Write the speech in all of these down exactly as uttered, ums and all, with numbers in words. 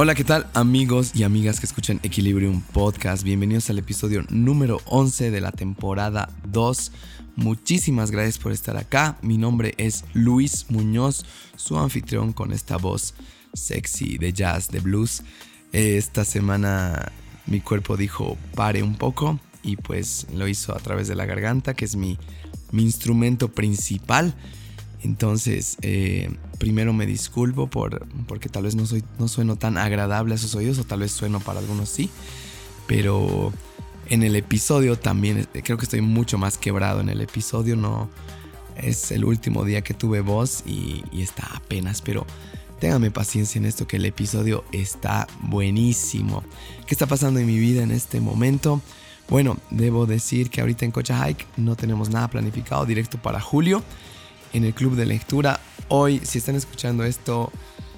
Hola, ¿qué tal amigos y amigas que escuchan Equilibrium Podcast? Bienvenidos al episodio número once de la temporada dos. Muchísimas gracias por estar acá. Mi nombre es Luis Muñoz, su anfitrión con esta voz sexy de jazz, de blues. Esta semana mi cuerpo dijo pare un poco y pues lo hizo a través de la garganta, que es mi, mi instrumento principal. Entonces, eh, primero me disculpo por, porque tal vez no, soy, no sueno tan agradable a sus oídos, o tal vez sueno para algunos sí, pero en el episodio también creo que estoy mucho más quebrado. En el episodio no es el último día que tuve voz y, y está apenas, pero téngame paciencia en esto, que el episodio está buenísimo. ¿Qué está pasando en mi vida en este momento? Bueno, debo decir que ahorita en Cocha Hike no tenemos nada planificado directo para julio. En el club de lectura, hoy, si están escuchando esto,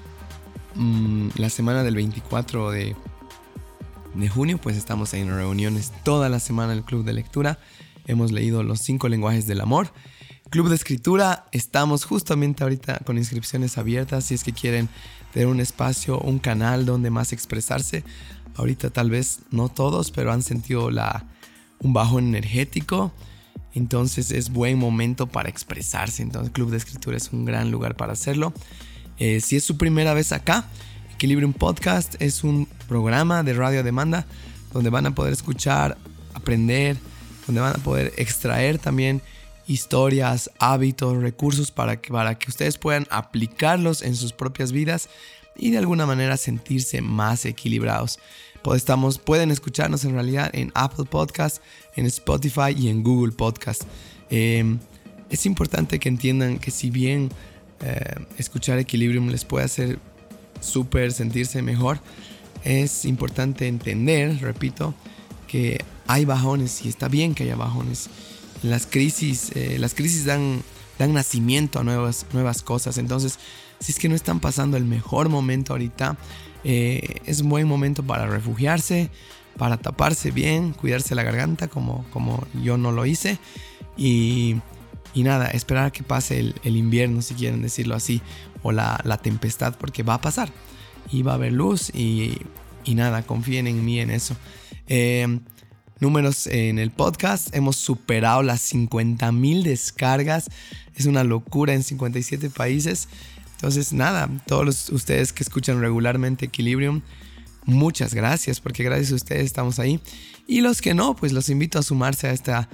mmm, la semana del veinticuatro de, de junio, pues estamos en reuniones toda la semana en el club de lectura. Hemos leído los cinco lenguajes del amor. Club de escritura, estamos justamente ahorita con inscripciones abiertas. Si es que quieren tener un espacio, un canal donde más expresarse. Ahorita tal vez no todos, pero han sentido la, un bajón energético. Entonces es buen momento para expresarse. Entonces Club de Escritura es un gran lugar para hacerlo. Eh, si es su primera vez acá, Equilibrium Podcast es un programa de radio a demanda donde van a poder escuchar, aprender, donde van a poder extraer también historias, hábitos, recursos para que, para que ustedes puedan aplicarlos en sus propias vidas y de alguna manera sentirse más equilibrados. Estamos, pueden escucharnos en realidad en Apple Podcast, en Spotify y en Google Podcast. Eh, es importante que entiendan que si bien eh, escuchar Equilibrium les puede hacer súper sentirse mejor, es importante entender, repito, que hay bajones y está bien que haya bajones. Las crisis, eh, las crisis dan, dan nacimiento a nuevas, nuevas cosas. Entonces, si es que no están pasando el mejor momento ahorita, Eh, es un buen momento para refugiarse, para taparse bien, cuidarse la garganta como, como yo no lo hice y, y nada, esperar a que pase el, el invierno, si quieren decirlo así, o la, la tempestad, porque va a pasar y va a haber luz y, y nada, confíen en mí en eso. Eh, números en el podcast, hemos superado las cincuenta mil descargas, es una locura en cincuenta y siete países. Entonces nada, todos los, ustedes que escuchan regularmente Equilibrium, muchas gracias, porque gracias a ustedes estamos ahí. Y los que no, pues los invito a sumarse a, esta,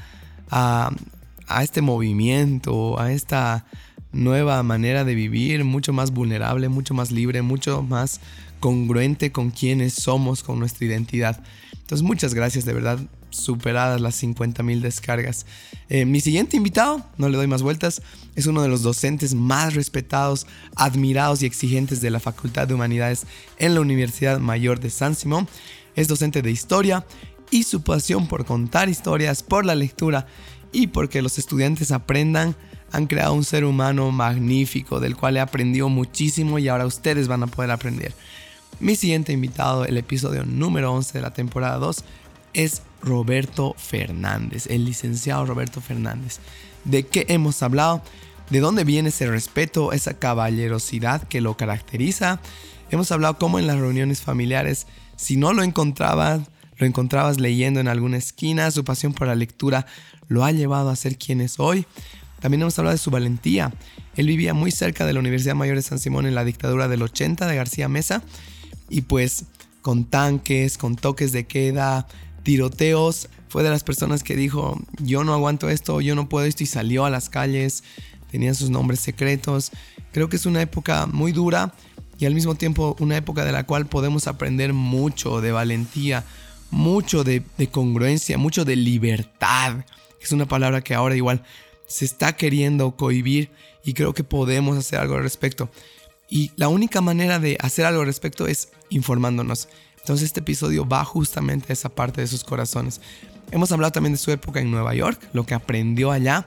a, a este movimiento, a esta nueva manera de vivir, mucho más vulnerable, mucho más libre, mucho más congruente con quienes somos, con nuestra identidad. Entonces muchas gracias, de verdad, superadas las cincuenta mil descargas. Eh, mi siguiente invitado, no le doy más vueltas, es uno de los docentes más respetados, admirados y exigentes de la Facultad de Humanidades en la Universidad Mayor de San Simón. Es docente de historia y su pasión por contar historias, por la lectura y porque los estudiantes aprendan, han creado un ser humano magnífico del cual he aprendido muchísimo y ahora ustedes van a poder aprender. Mi siguiente invitado, el episodio número once de la temporada dos, es Roberto Fernández, el licenciado Roberto Fernández. ¿De qué hemos hablado? ¿De dónde viene ese respeto, esa caballerosidad que lo caracteriza? Hemos hablado cómo en las reuniones familiares, si no lo encontrabas, lo encontrabas leyendo en alguna esquina. Su pasión por la lectura lo ha llevado a ser quien es hoy. También hemos hablado de su valentía. Él vivía muy cerca de la Universidad Mayor de San Simón en la dictadura del ochenta de García Meza. Y pues con tanques, con toques de queda, tiroteos, fue de las personas que dijo: yo no aguanto esto, yo no puedo esto, y salió a las calles. Tenía sus nombres secretos. Creo que es una época muy dura y al mismo tiempo una época de la cual podemos aprender mucho de valentía, mucho de, de congruencia, mucho de libertad, que es una palabra que ahora igual se está queriendo cohibir y creo que podemos hacer algo al respecto. Y la única manera de hacer algo al respecto es informándonos. Entonces este episodio va justamente a esa parte de sus corazones. Hemos hablado también de su época en Nueva York, lo que aprendió allá,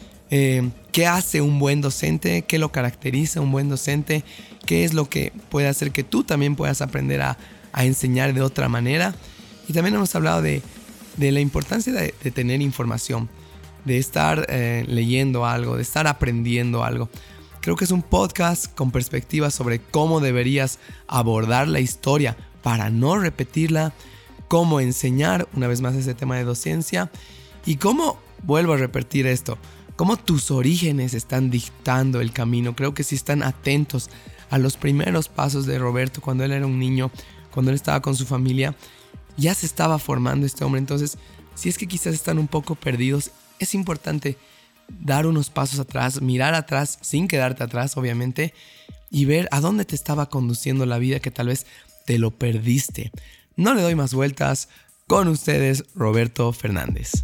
eh, qué hace un buen docente, qué lo caracteriza un buen docente, qué es lo que puede hacer que tú también puedas aprender a, a enseñar de otra manera. Y también hemos hablado de, de la importancia de, de tener información, de estar eh, leyendo algo, de estar aprendiendo algo. Creo que es un podcast con perspectivas sobre cómo deberías abordar la historia para no repetirla, cómo enseñar, una vez más, ese tema de docencia y cómo, vuelvo a repetir esto, cómo tus orígenes están dictando el camino. Creo que si están atentos a los primeros pasos de Roberto cuando él era un niño, cuando él estaba con su familia, ya se estaba formando este hombre. Entonces, si es que quizás están un poco perdidos, es importante dar unos pasos atrás, mirar atrás sin quedarte atrás, obviamente, y ver a dónde te estaba conduciendo la vida que tal vez te lo perdiste. No le doy más vueltas. Con ustedes, Roberto Fernández.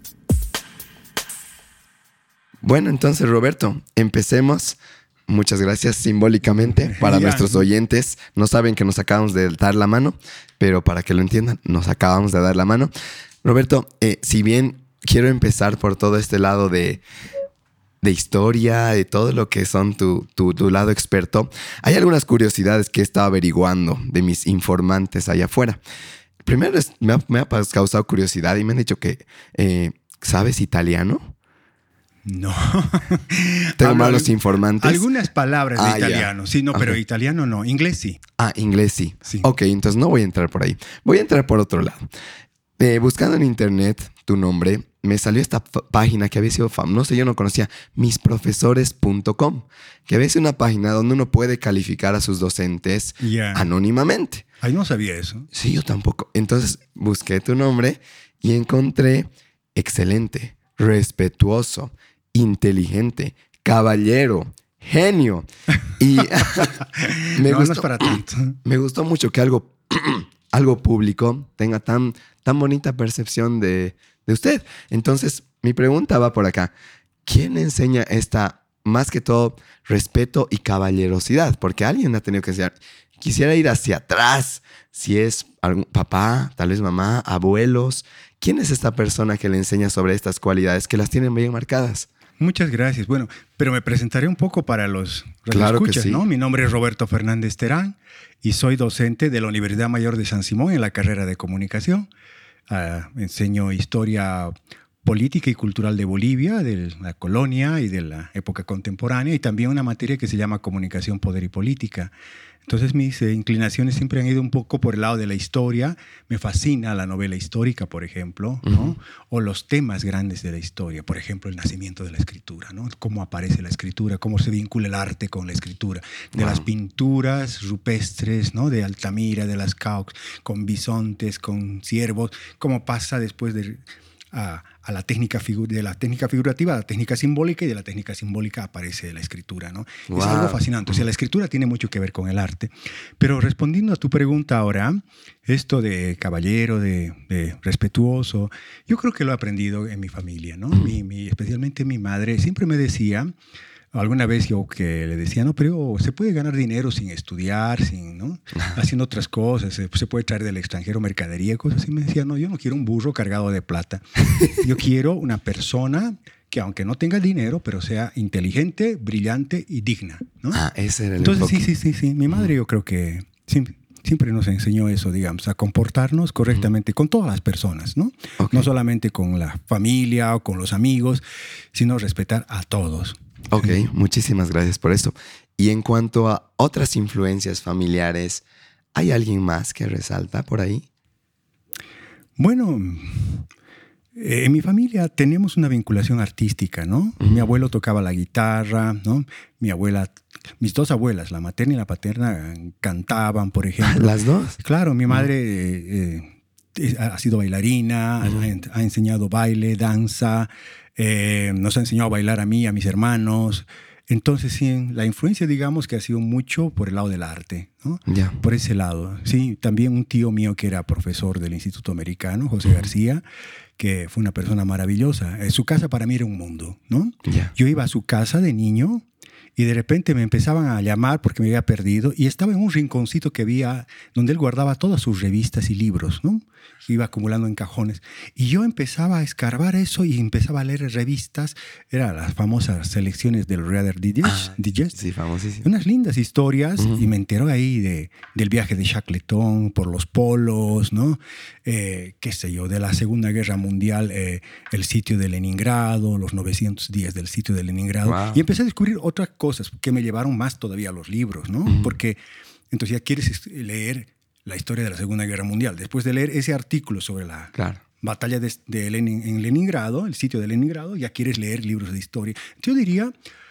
Bueno, entonces, Roberto, empecemos. Muchas gracias simbólicamente para nuestros oyentes. No saben que nos acabamos de dar la mano, pero para que lo entiendan, nos acabamos de dar la mano. Roberto, eh, si bien quiero empezar por todo este lado de, de historia, de todo lo que son tu, tu, tu lado experto, hay algunas curiosidades que he estado averiguando de mis informantes allá afuera. Primero, es, me, ha, me ha causado curiosidad y me han dicho que, eh, ¿sabes italiano? No. Tengo malos informantes. Algunas palabras de ah, italiano, yeah. sí, no, pero okay. italiano no, inglés sí. Ah, inglés sí. sí. Ok, entonces no voy a entrar por ahí. Voy a entrar por otro lado. Eh, buscando en internet tu nombre, me salió esta f- página que había sido famosa. No sé, yo no conocía, mis profesores punto com, que había sido una página donde uno puede calificar a sus docentes yeah. anónimamente. Ay, no sabía eso. Sí, yo tampoco. Entonces busqué tu nombre y encontré excelente, respetuoso, inteligente, caballero, genio. Y me, no, gustó, no es para tanto. Me gustó mucho que algo, algo público tenga tan, tan bonita percepción de, de usted. Entonces, mi pregunta va por acá. ¿Quién enseña esta, más que todo, respeto y caballerosidad? Porque alguien ha tenido que enseñar. Quisiera ir hacia atrás. Si es algún papá, tal vez mamá, abuelos. ¿Quién es esta persona que le enseña sobre estas cualidades que las tienen bien marcadas? Muchas gracias. Bueno, pero me presentaré un poco para los Claro que escuchas, sí. ¿no? Mi nombre es Roberto Fernández Terán y soy docente de la Universidad Mayor de San Simón en la carrera de comunicación. Uh, enseño historia política y cultural de Bolivia, de la colonia y de la época contemporánea, y también una materia que se llama comunicación, poder y política. Entonces mis eh, inclinaciones siempre han ido un poco por el lado de la historia. Me fascina la novela histórica, por ejemplo, ¿no? Uh-huh. O los temas grandes de la historia. Por ejemplo, el nacimiento de la escritura, ¿no? Cómo aparece la escritura, cómo se vincula el arte con la escritura. De wow. las pinturas rupestres, ¿no? De Altamira, de las Caux, con bisontes, con ciervos, cómo pasa después de... A, a la técnica figu- de la técnica figurativa a la técnica simbólica, y de la técnica simbólica aparece la escritura, ¿no? Wow. Es algo fascinante. O sea, la escritura tiene mucho que ver con el arte. Pero respondiendo a tu pregunta ahora, esto de caballero, de, de respetuoso, yo creo que lo he aprendido en mi familia, ¿no? Mi, mi, especialmente mi madre siempre me decía, alguna vez yo que le decía, no, pero se puede ganar dinero sin estudiar, sin, ¿no? Haciendo otras cosas, se, se puede traer del extranjero mercadería, cosas así. Me decía, no, yo no quiero un burro cargado de plata. Yo quiero una persona que, aunque no tenga dinero, pero sea inteligente, brillante y digna, ¿no? Ah, ese era el Entonces, enfoque. sí, sí, sí, sí. Mi madre, yo creo que siempre, siempre nos enseñó eso, digamos, a comportarnos correctamente con todas las personas, ¿no? Okay. No solamente con la familia o con los amigos, sino respetar a todos. Ok, muchísimas gracias por eso. Y en cuanto a otras influencias familiares, ¿hay alguien más que resalta por ahí? Bueno, eh, en mi familia tenemos una vinculación artística, ¿no? Uh-huh. Mi abuelo tocaba la guitarra, ¿no? Mi abuela, mis dos abuelas, la materna y la paterna, cantaban, por ejemplo. ¿Las dos? Claro, mi madre eh, eh, ha sido bailarina, uh-huh. ha, ha enseñado baile, danza. Eh, nos ha enseñado a bailar a mí, a mis hermanos. Entonces, sí, la influencia, digamos, que ha sido mucho por el lado del arte, ¿no? Yeah. Por ese lado. Sí, también un tío mío que era profesor del Instituto Americano, José uh-huh. García, que fue una persona maravillosa. Eh, su casa para mí era un mundo, ¿no? Yeah. Yo iba a su casa de niño y de repente me empezaban a llamar porque me había perdido, y estaba en un rinconcito que había donde él guardaba todas sus revistas y libros, ¿no? Iba acumulando en cajones. Y yo empezaba a escarbar eso y empezaba a leer revistas. Eran las famosas selecciones del Reader Digest. Ah, Digest. sí, famosísimo. Unas lindas historias. Uh-huh. Y me enteró ahí de, del viaje de Shackleton por los polos, ¿no? Eh, qué sé yo, de la Segunda Guerra Mundial, eh, el sitio de Leningrado, los novecientos días del sitio de Leningrado. Wow. Y empecé a descubrir otras cosas cosas que me llevaron más todavía a los libros, ¿no? Uh-huh. Porque entonces ya quieres leer la historia de la Segunda Guerra Mundial. Después de leer ese artículo sobre la claro. batalla de, de Lenin, en Leningrado, el sitio de Leningrado, ya quieres leer libros de historia. Yo diría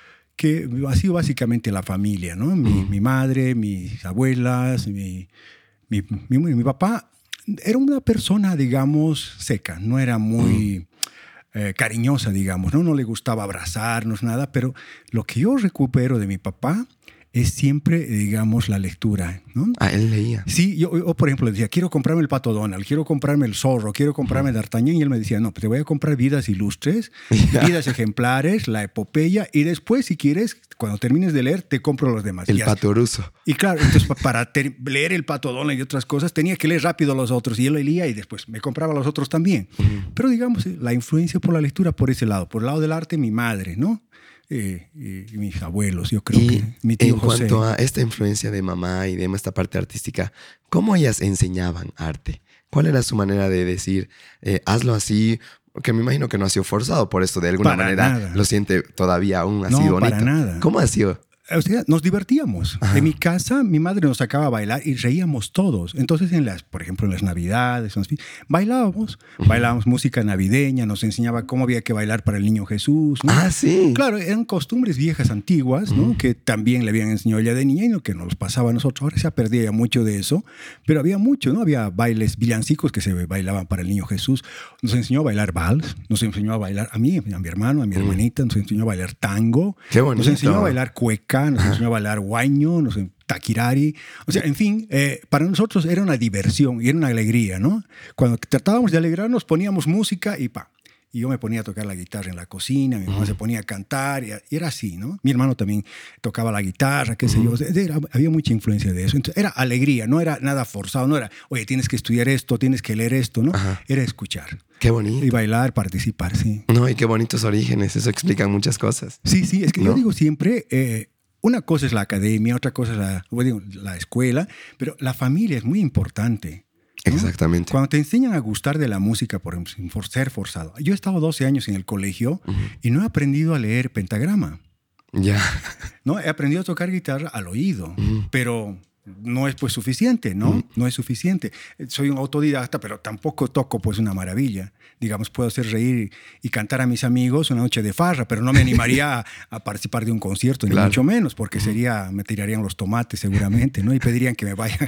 que ha sido básicamente la familia, ¿no? Mi, uh-huh. mi madre, mis abuelas, mi, mi, mi, mi papá era una persona, digamos, seca, no era muy... Uh-huh. Eh, cariñosa, digamos, ¿no? No le gustaba abrazarnos, nada, pero lo que yo recupero de mi papá es siempre, digamos, la lectura, ¿no? Ah, él leía. Sí, yo, yo por ejemplo, decía, quiero comprarme el Pato Donald, quiero comprarme el Zorro, quiero comprarme uh-huh. D'Artagnan, y él me decía, no, pues te voy a comprar Vidas Ilustres, Vidas Ejemplares, La Epopeya, y después, si quieres, cuando termines de leer, te compro los demás. El Pato Ruso. Y claro, entonces para ter- leer el Pato Donald y otras cosas, tenía que leer rápido los otros, y él leía y después me compraba los otros también. Uh-huh. Pero digamos, la influencia por la lectura por ese lado, por el lado del arte, mi madre, ¿no? Eh, y, y mis abuelos, yo creo y que mi tío en José. Cuanto a esta influencia de mamá y de esta parte artística, ¿cómo ellas enseñaban arte? ¿Cuál era su manera de decir, eh, hazlo así? Porque me imagino que no ha sido forzado por esto, de alguna para manera nada. Lo siente todavía aún así no, bonito. Para nada. ¿Cómo ha sido? O sea, nos divertíamos. Ajá. En mi casa, mi madre nos sacaba a bailar y reíamos todos. Entonces, en las, por ejemplo, en las Navidades, bailábamos. Uh-huh. Bailábamos música navideña, nos enseñaba cómo había que bailar para el Niño Jesús, ¿no? Ah, sí. Claro, eran costumbres viejas, antiguas, ¿no? Uh-huh. Que también le habían enseñado ella de niña y lo que nos pasaba a nosotros. Ahora se ha perdido ya mucho de eso, pero había mucho, ¿no? Había bailes villancicos que se bailaban para el Niño Jesús. Nos enseñó a bailar vals, nos enseñó a bailar a mí, a mi hermano, a mi uh-huh. hermanita, nos enseñó a bailar tango. Qué bonito. Nos enseñó a bailar cueca, nos Ajá. enseñó a bailar guaño, nos enseñó taquirari. O sea, en fin, eh, para nosotros era una diversión y era una alegría, ¿no? Cuando tratábamos de alegrarnos, poníamos música y pa. Y yo me ponía a tocar la guitarra en la cocina, mi mamá uh-huh. se ponía a cantar, y, y era así, ¿no? Mi hermano también tocaba la guitarra, qué sé uh-huh. yo. O sea, era, había mucha influencia de eso. Entonces, era alegría, no era nada forzado, no era, oye, tienes que estudiar esto, tienes que leer esto, ¿no? Uh-huh. Era escuchar. Qué bonito. Y bailar, participar, sí. No, y qué bonitos orígenes, eso explica muchas cosas. Sí, sí, es que ¿no? yo digo siempre... Eh, una cosa es la academia, otra cosa es la, bueno, la escuela, pero la familia es muy importante, ¿no? Exactamente. Cuando te enseñan a gustar de la música por, por ser forzado. Yo he estado doce años en el colegio uh-huh. y no he aprendido a leer pentagrama. Ya. No, he aprendido a tocar guitarra al oído, uh-huh. pero... no es pues suficiente, ¿no? Mm. No es suficiente. Soy un autodidacta, pero tampoco toco pues una maravilla. Digamos, puedo hacer reír y cantar a mis amigos una noche de farra, pero no me animaría a, a participar de un concierto, claro. ni mucho menos, porque sería, me tirarían los tomates seguramente, ¿no? Y pedirían que me vaya.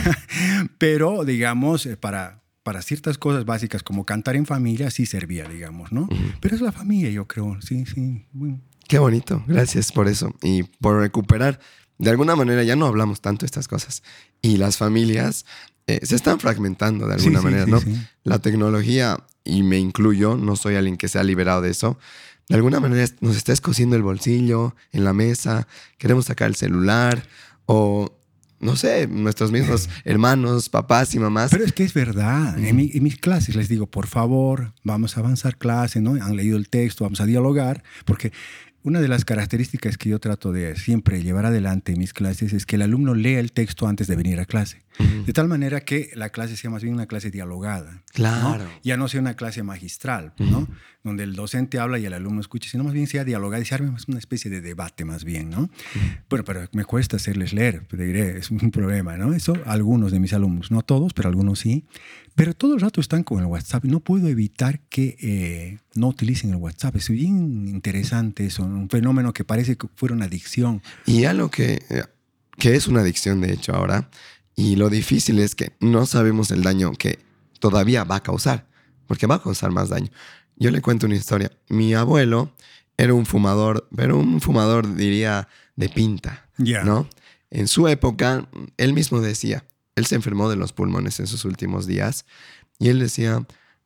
Pero, digamos, para... para ciertas cosas básicas como cantar en familia sí servía, digamos, ¿no? Uh-huh. Pero es la familia, yo creo, sí, sí. Bueno. Qué bonito, gracias por eso y por recuperar. De alguna manera ya no hablamos tanto de estas cosas y las familias eh, se están fragmentando de alguna sí, manera, sí, ¿no? Sí, sí. La tecnología, y me incluyo, no soy alguien que se ha liberado de eso, de alguna manera nos está escociendo el bolsillo en la mesa, queremos sacar el celular o... no sé, nuestros mismos hermanos, papás y mamás. Pero es que es verdad. Mm. En, mi, en mis clases les digo, por favor, vamos a avanzar clase, ¿no? Han leído el texto, vamos a dialogar, porque una de las características que yo trato de siempre llevar adelante en mis clases es que el alumno lea el texto antes de venir a clase. Mm. De tal manera que la clase sea más bien una clase dialogada. Claro. ¿no? Ya no sea una clase magistral, ¿no? Mm. Donde el docente habla y el alumno escucha, sino más bien sea dialogada y se arme una especie de debate más bien, ¿no? Mm. Bueno, pero me cuesta hacerles leer, te diré, es un problema, ¿no? Eso algunos de mis alumnos, no todos, pero algunos sí. Pero todo el rato están con el WhatsApp. No puedo evitar que eh, no utilicen el WhatsApp. Es bien interesante eso, un fenómeno que parece que fuera una adicción. Y algo que, que es una adicción, de hecho, ahora, y lo difícil es que no sabemos el daño que todavía va a causar, porque va a causar más daño. Yo le cuento una historia. Mi abuelo era un fumador, pero un fumador, diría, de pinta, yeah. ¿no? En su época, él mismo decía, él se enfermó de los pulmones en sus últimos días y él decía,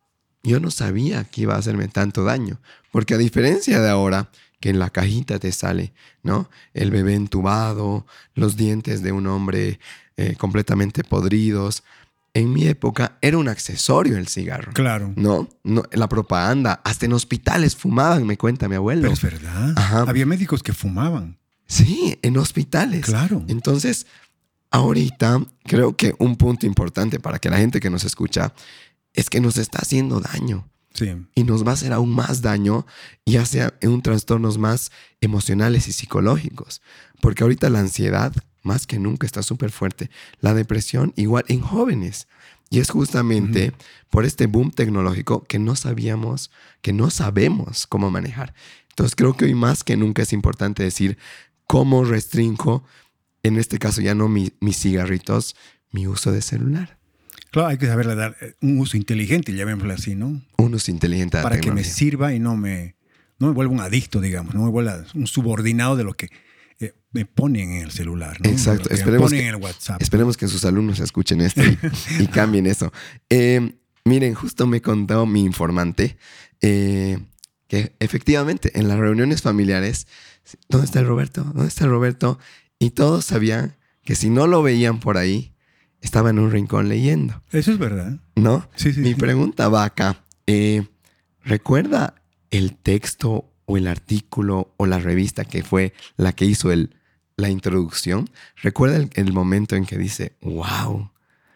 yo no sabía que iba a hacerme tanto daño, porque a diferencia de ahora, que en la cajita te sale, ¿no? El bebé entubado, los dientes de un hombre eh, completamente podridos. En mi época era un accesorio el cigarro. Claro. ¿No? no la propaganda, hasta en hospitales fumaban, me cuenta mi abuelo. Pero es verdad. Ajá. Había médicos que fumaban. Sí, en hospitales. Claro. Entonces, ahorita creo que un punto importante para que la gente que nos escucha es que nos está haciendo daño. Sí. Y nos va a hacer aún más daño, ya sea en un trastornos más emocionales y psicológicos. Porque ahorita la ansiedad, más que nunca, está súper fuerte. La depresión, igual en jóvenes. Y es justamente uh-huh. por este boom tecnológico que no sabíamos, que no sabemos cómo manejar. Entonces creo que hoy más que nunca es importante decir cómo restringo, en este caso ya no mi, mis cigarritos, mi uso de celular. Claro, hay que saberle dar un uso inteligente, llamémoslo así, ¿no? Un uso inteligente a la para tecnología. Que me sirva y no me, no me vuelva un adicto, digamos, no me vuelva un subordinado de lo que eh, me ponen en el celular, ¿no? Exacto. Que esperemos, me ponen que, en el WhatsApp. Esperemos que sus alumnos escuchen esto y, y cambien eso. Eh, miren, justo me contó mi informante eh, que efectivamente en las reuniones familiares, ¿dónde está el Roberto? ¿Dónde está el Roberto? Y todos sabían que si no lo veían por ahí, estaba en un rincón leyendo. Eso es verdad. ¿No? Sí, sí. Mi sí. pregunta va acá. Eh, ¿Recuerda el texto o el artículo o la revista que fue la que hizo el, la introducción? ¿Recuerda el, el momento en que dice, wow,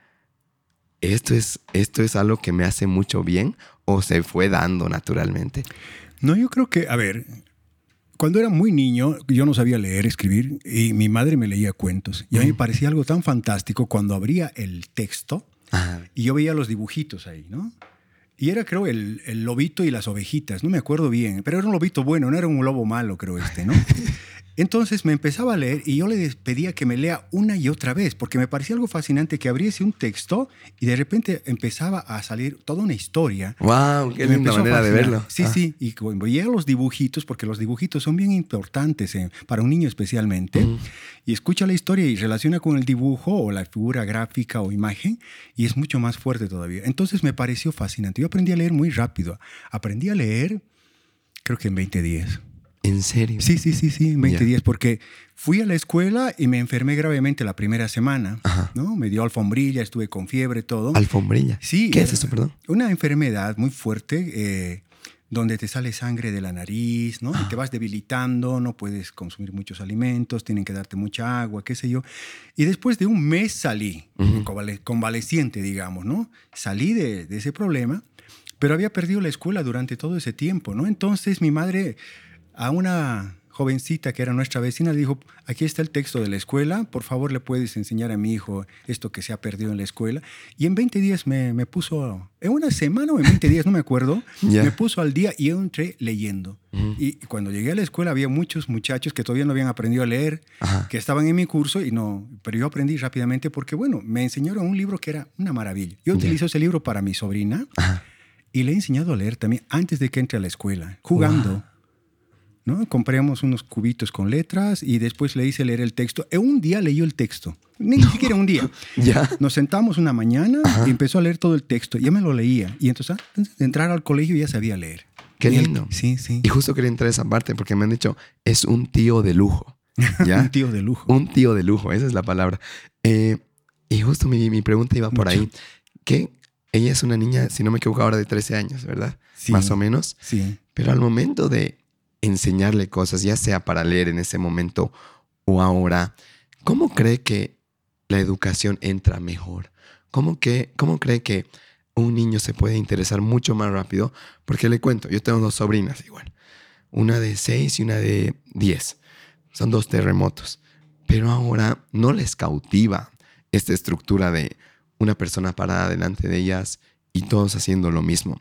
esto es, esto es algo que me hace mucho bien, o se fue dando naturalmente? No, yo creo que, a ver, cuando era muy niño, yo no sabía leer, escribir, y mi madre me leía cuentos. Y a mí me parecía algo tan fantástico cuando abría el texto ah. y yo veía los dibujitos ahí, ¿no? Y era, creo, el, el lobito y las ovejitas. No me acuerdo bien, pero era un lobito bueno, no era un lobo malo, creo este, ¿no? Entonces me empezaba a leer y yo le pedía que me lea una y otra vez, porque me parecía algo fascinante que abriese un texto y de repente empezaba a salir toda una historia. ¡Wow! ¡Qué linda manera de verlo! Sí, ah. sí. Y cuando veía los dibujitos, porque los dibujitos son bien importantes eh, para un niño especialmente, uh-huh. y escucha la historia y relaciona con el dibujo o la figura gráfica o imagen y es mucho más fuerte todavía. Entonces me pareció fascinante. Yo aprendí a leer muy rápido. Aprendí a leer, creo que en veinte días. ¿En serio? Sí, sí, sí, sí, en veinte días, porque fui a la escuela y me enfermé gravemente la primera semana, Ajá. ¿no? Me dio alfombrilla, estuve con fiebre, todo. ¿Alfombrilla? Sí. ¿Qué es eso, perdón? Una enfermedad muy fuerte, eh, donde te sale sangre de la nariz, ¿no? Ah. Y te vas debilitando, no puedes consumir muchos alimentos, tienen que darte mucha agua, qué sé yo. Y después de un mes salí, uh-huh. convale- convaleciente, digamos, ¿no? Salí de, de ese problema, pero había perdido la escuela durante todo ese tiempo, ¿no? Entonces mi madre... A una jovencita que era nuestra vecina le dijo, aquí está el texto de la escuela, por favor le puedes enseñar a mi hijo esto que se ha perdido en la escuela. Y en veinte días me, me puso, en una semana o en veinte días, no me acuerdo, yeah. me puso al día y yo entré leyendo. Uh-huh. Y cuando llegué a la escuela había muchos muchachos que todavía no habían aprendido a leer, uh-huh. que estaban en mi curso, y no, pero yo aprendí rápidamente porque, bueno, me enseñaron un libro que era una maravilla. Yo yeah. utilizo ese libro para mi sobrina uh-huh. y le he enseñado a leer también antes de que entre a la escuela, jugando. Wow. ¿No? Compramos unos cubitos con letras y después le hice leer el texto. En un día leyó el texto, ni no. siquiera un día. ¿Ya? Nos sentamos una mañana Ajá. y empezó a leer todo el texto. Ya me lo leía. Y entonces, antes de entrar al colegio, ya sabía leer. Qué lindo. El, sí, sí. Y justo quería entrar a esa parte porque me han dicho, es un tío de lujo. ¿Ya? Un tío de lujo. Un tío de lujo, esa es la palabra. Eh, y justo mi, mi pregunta iba por Mucho. ahí. Que ella es una niña, si no me equivoco, ahora de trece años, ¿verdad? Sí. Más o menos. Sí. Pero al momento de enseñarle cosas, ya sea para leer en ese momento o ahora, ¿cómo cree que la educación entra mejor? ¿Cómo, que, cómo cree que un niño se puede interesar mucho más rápido? Porque le cuento, yo tengo dos sobrinas igual, una de seis y una de diez. Son dos terremotos. Pero ahora no les cautiva esta estructura de una persona parada delante de ellas y todos haciendo lo mismo.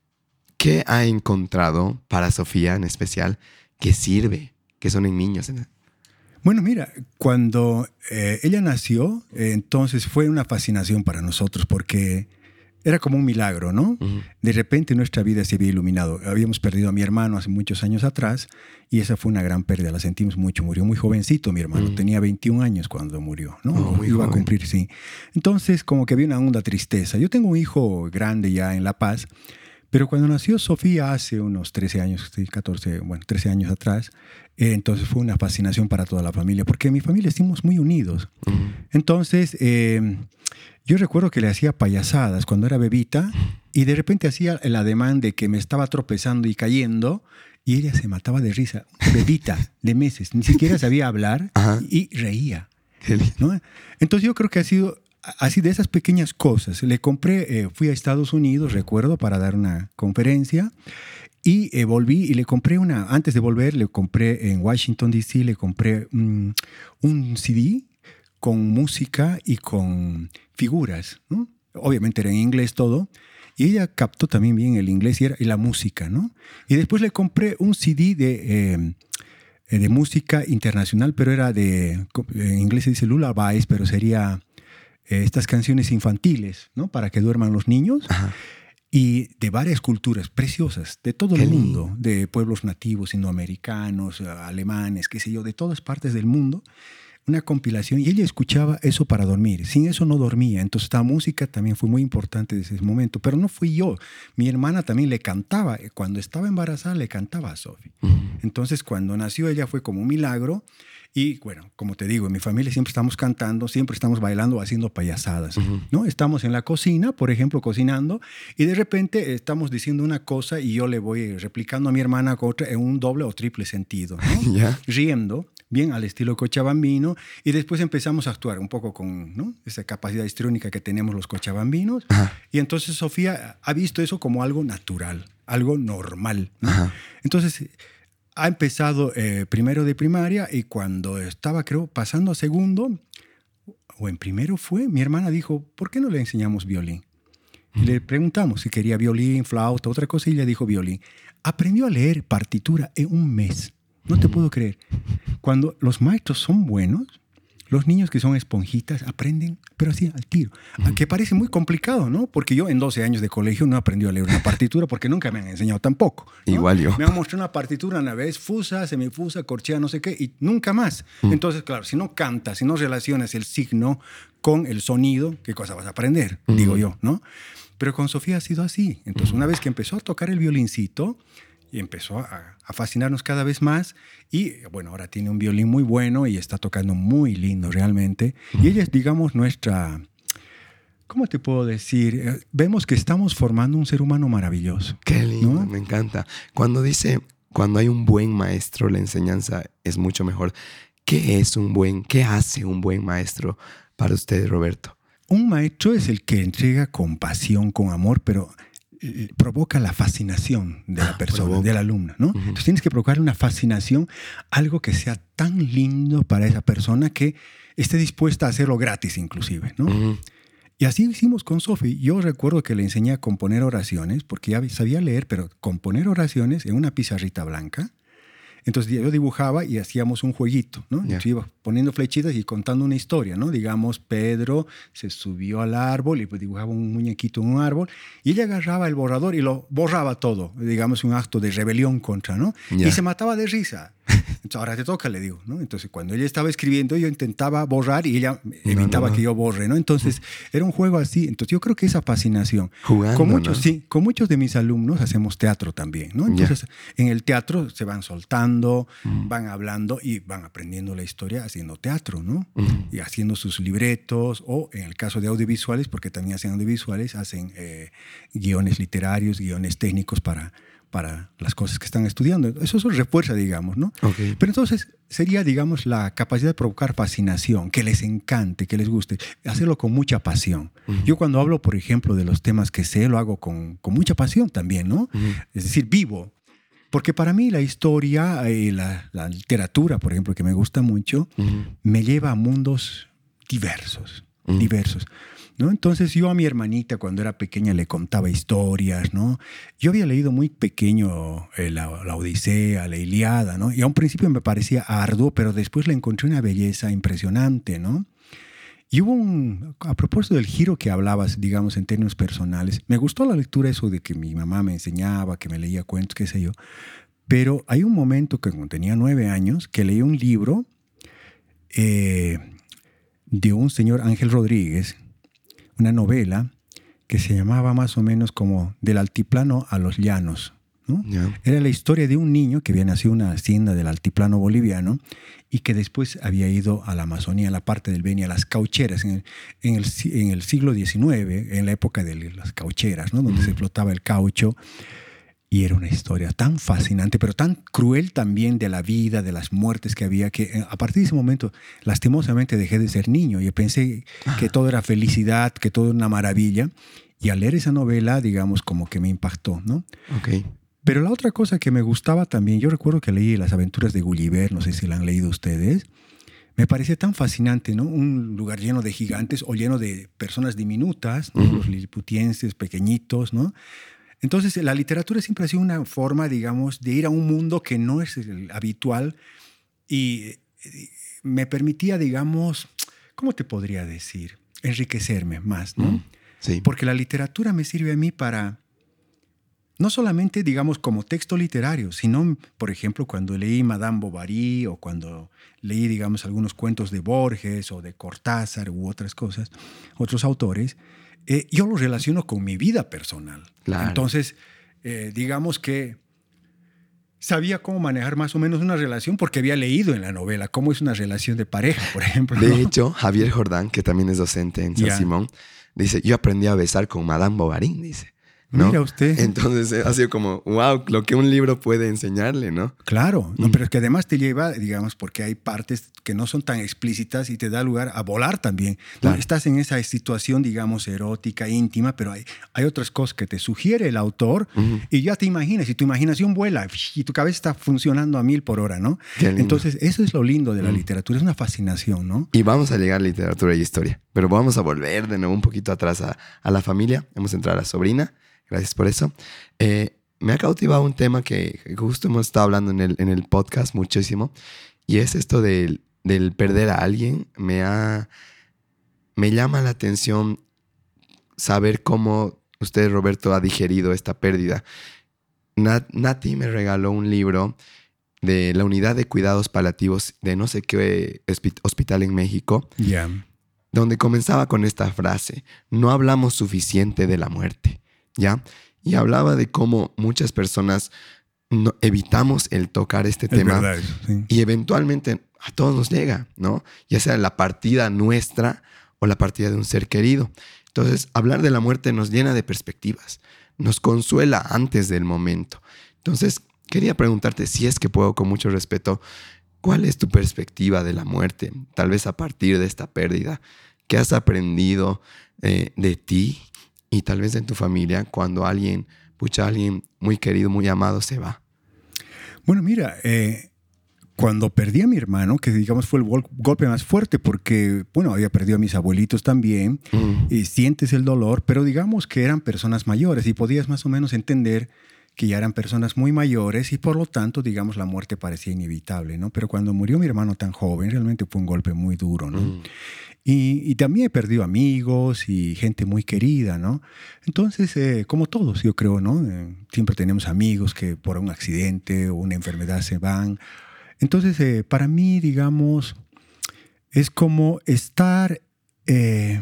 ¿Qué ha encontrado para Sofía en especial que sirve, que son en niños? Bueno, mira, cuando eh, ella nació, eh, entonces fue una fascinación para nosotros porque era como un milagro, ¿no? Uh-huh. De repente nuestra vida se había iluminado. Habíamos perdido a mi hermano hace muchos años atrás y esa fue una gran pérdida, la sentimos mucho. Murió muy jovencito mi hermano, uh-huh. tenía veintiún años cuando murió, ¿no? Oh, Iba joven. a cumplir, sí. Entonces como que había una honda tristeza. Yo tengo un hijo grande ya en La Paz, pero cuando nació Sofía hace unos trece años, catorce, bueno, trece años atrás, eh, entonces fue una fascinación para toda la familia, porque en mi familia estamos muy unidos. Uh-huh. Entonces, eh, yo recuerdo que le hacía payasadas cuando era bebita y de repente hacía el ademán de que me estaba tropezando y cayendo y ella se mataba de risa. Una bebita de meses, ni siquiera sabía hablar uh-huh. y reía, ¿no? Entonces yo creo que ha sido así de esas pequeñas cosas. Le compré, eh, fui a Estados Unidos, recuerdo, para dar una conferencia. Y eh, volví y le compré una, antes de volver, le compré en Washington, D C, le compré um, un C D con música y con figuras, ¿no? Obviamente era en inglés todo. Y ella captó también bien el inglés y, era, y la música, ¿no? Y después le compré un C D de, eh, de música internacional, pero era de, en inglés se dice lullabies, pero sería eh, estas canciones infantiles, ¿no? Para que duerman los niños. Ajá. Y de varias culturas preciosas, de todo el mundo, de pueblos nativos, indoamericanos, alemanes, qué sé yo, de todas partes del mundo, una compilación. Y ella escuchaba eso para dormir. Sin eso no dormía. Entonces esta música también fue muy importante desde ese momento. Pero no fui yo. Mi hermana también le cantaba. Cuando estaba embarazada le cantaba a Sophie. Uh-huh. Entonces cuando nació ella fue como un milagro. Y bueno, como te digo, en mi familia siempre estamos cantando, siempre estamos bailando o haciendo payasadas, uh-huh. ¿no? Estamos en la cocina, por ejemplo, cocinando, y de repente estamos diciendo una cosa y yo le voy replicando a mi hermana con otra en un doble o triple sentido, ¿no? Yeah. Riendo, bien al estilo cochabambino, y después empezamos a actuar un poco con, ¿no? esa capacidad histriónica que tenemos los cochabambinos. Uh-huh. Y entonces Sofía ha visto eso como algo natural, algo normal, ¿no? Uh-huh. Entonces ha empezado eh, primero de primaria y cuando estaba, creo, pasando a segundo, o en primero fue, mi hermana dijo, ¿por qué no le enseñamos violín? Y le preguntamos si quería violín, flauta, otra cosa, y ella dijo violín. Aprendió a leer partitura en un mes. No te puedo creer. Cuando los maestros son buenos, los niños que son esponjitas aprenden, pero así al tiro. Uh-huh. Que parece muy complicado, ¿no? Porque yo en doce años de colegio no aprendí a leer una partitura porque nunca me han enseñado tampoco, ¿no? Igual yo. Me han mostrado una partitura una vez, fusa, semifusa, corchea, no sé qué, y nunca más. Uh-huh. Entonces, claro, si no cantas, si no relacionas el signo con el sonido, ¿qué cosa vas a aprender? Uh-huh. Digo yo, ¿no? Pero con Sofía ha sido así. Entonces, uh-huh. una vez que empezó a tocar el violincito, y empezó a, a fascinarnos cada vez más. Y bueno, ahora tiene un violín muy bueno y está tocando muy lindo realmente. Uh-huh. Y ella es, digamos, nuestra... ¿Cómo te puedo decir? Vemos que estamos formando un ser humano maravilloso. Qué lindo, ¿no? Me encanta. Cuando dice, cuando hay un buen maestro, la enseñanza es mucho mejor. ¿Qué es un buen, qué hace un buen maestro para usted, Roberto? Un maestro es el que entrega con pasión, con amor, pero... provoca la fascinación de la persona, provoca. del alumno, ¿no? Uh-huh. Entonces tienes que provocar una fascinación, algo que sea tan lindo para esa persona que esté dispuesta a hacerlo gratis inclusive, ¿no? Uh-huh. Y así hicimos con Sophie. Yo recuerdo que le enseñé a componer oraciones, porque ya sabía leer, pero componer oraciones en una pizarrita blanca. Entonces yo dibujaba y hacíamos un jueguito, ¿no? Yeah. Entonces iba poniendo flechitas y contando una historia, ¿no? Digamos, Pedro se subió al árbol y pues dibujaba un muñequito en un árbol y ella agarraba el borrador y lo borraba todo, digamos, un acto de rebelión contra, ¿no? Yeah. Y se mataba de risa. Entonces, ahora te toca, le digo, ¿no? Entonces, cuando ella estaba escribiendo, yo intentaba borrar y ella evitaba no, no, no. que yo borre, ¿no? Entonces, era un juego así. Entonces, yo creo que esa fascinación. Jugando, con muchos, ¿no? Sí, con muchos de mis alumnos hacemos teatro también, ¿no? Entonces, yeah. en el teatro se van soltando, mm. van hablando y van aprendiendo la historia haciendo teatro, ¿no? Mm. Y haciendo sus libretos, o en el caso de audiovisuales, porque también hacen audiovisuales, hacen eh, guiones literarios, guiones técnicos para... para las cosas que están estudiando. Eso se refuerza, digamos, ¿no? Okay. Pero entonces sería, digamos, la capacidad de provocar fascinación, que les encante, que les guste, hacerlo con mucha pasión. Uh-huh. Yo cuando hablo, por ejemplo, de los temas que sé, lo hago con, con mucha pasión también, ¿no? Uh-huh. Es decir, vivo. Porque para mí la historia y la, la literatura, por ejemplo, que me gusta mucho, uh-huh. me lleva a mundos diversos, uh-huh. diversos. ¿No? Entonces yo a mi hermanita cuando era pequeña le contaba historias, ¿no? Yo había leído muy pequeño eh, la, la Odisea, la Ilíada, ¿no? Y a un principio me parecía arduo, pero después le encontré una belleza impresionante, ¿no? Y hubo un, a propósito del giro que hablabas, digamos, en términos personales, me gustó la lectura eso de que mi mamá me enseñaba, que me leía cuentos, qué sé yo, pero hay un momento que cuando tenía nueve años que leí un libro eh, de un señor Ángel Rodríguez, una novela que se llamaba más o menos como Del altiplano a los llanos, ¿no? Yeah. Era la historia de un niño que había nacido en una hacienda del altiplano boliviano y que después había ido a la Amazonía, a la parte del Beni, a las caucheras, en el, en el, en el siglo diecinueve, en la época de las caucheras, ¿no? Donde mm. se explotaba el caucho. Y era una historia tan fascinante, pero tan cruel también de la vida, de las muertes que había, que a partir de ese momento, lastimosamente, dejé de ser niño. Y pensé que todo era felicidad, que todo era una maravilla. Y al leer esa novela, digamos, como que me impactó, ¿no? Ok. Pero la otra cosa que me gustaba también, yo recuerdo que leí Las aventuras de Gulliver, no sé si la han leído ustedes. Me parecía tan fascinante, ¿no? Un lugar lleno de gigantes o lleno de personas diminutas, ¿no? Uh-huh. Los liliputienses, pequeñitos, ¿no? Entonces, la literatura siempre ha sido una forma, digamos, de ir a un mundo que no es el habitual y me permitía, digamos, ¿cómo te podría decir? Enriquecerme más, ¿no? Mm, sí. Porque la literatura me sirve a mí para, no solamente, digamos, como texto literario, sino, por ejemplo, cuando leí Madame Bovary o cuando leí, digamos, algunos cuentos de Borges o de Cortázar u otras cosas, otros autores, Eh, yo lo relaciono con mi vida personal. Claro. Entonces, eh, digamos que sabía cómo manejar más o menos una relación porque había leído en la novela cómo es una relación de pareja, por ejemplo. De ¿no? hecho, Javier Jordán, que también es docente en San yeah. Simón, dice, yo aprendí a besar con Madame Bovary, dice. ¿no? Mira usted. Entonces ha sido como, wow, lo que un libro puede enseñarle, ¿no? Claro, no, Mm. pero es que además te lleva, digamos, porque hay partes que no son tan explícitas y te da lugar a volar también. Claro. ¿no? Estás en esa situación, digamos, erótica, íntima, pero hay, hay otras cosas que te sugiere el autor Uh-huh. y ya te imaginas, y tu imaginación vuela y tu cabeza está funcionando a mil por hora, ¿no? Qué lindo. Entonces, eso es lo lindo de la Mm. literatura, es una fascinación, ¿no? Y vamos a llegar a literatura y historia, pero vamos a volver de nuevo un poquito atrás a, a la familia. Hemos entrado a la sobrina. Gracias por eso. Eh, me ha cautivado un tema que justo hemos estado hablando en el, en el podcast muchísimo, y es esto del, del perder a alguien. Me, ha, me llama la atención saber cómo usted, Roberto, ha digerido esta pérdida. Nat, Nati me regaló un libro de la unidad de cuidados paliativos de no sé qué hospital en México, Ya. Yeah. donde comenzaba con esta frase: no hablamos suficiente de la muerte. ¿Ya? Y hablaba de cómo muchas personas no, evitamos el tocar este Es tema verdad, sí. y eventualmente a todos nos llega, ¿no? Ya sea la partida nuestra o la partida de un ser querido. Entonces, hablar de la muerte nos llena de perspectivas, nos consuela antes del momento. Entonces, quería preguntarte, si es que puedo, con mucho respeto, ¿cuál es tu perspectiva de la muerte? Tal vez a partir de esta pérdida. ¿Qué has aprendido eh, de ti? Y tal vez en tu familia, cuando alguien, pucha, alguien muy querido, muy amado se va. Bueno, mira, eh, cuando perdí a mi hermano, que digamos fue el gol- golpe más fuerte porque, bueno, había perdido a mis abuelitos también, Mm. y sientes el dolor, pero digamos que eran personas mayores y podías más o menos entender que ya eran personas muy mayores y por lo tanto, digamos, la muerte parecía inevitable, ¿no? Pero cuando murió mi hermano tan joven, realmente fue un golpe muy duro, ¿no? Mm. Y, y también he perdido amigos y gente muy querida, ¿no? Entonces, eh, como todos, yo creo, ¿no? Eh, siempre tenemos amigos que por un accidente o una enfermedad se van. Entonces, eh, para mí, digamos, es como estar eh,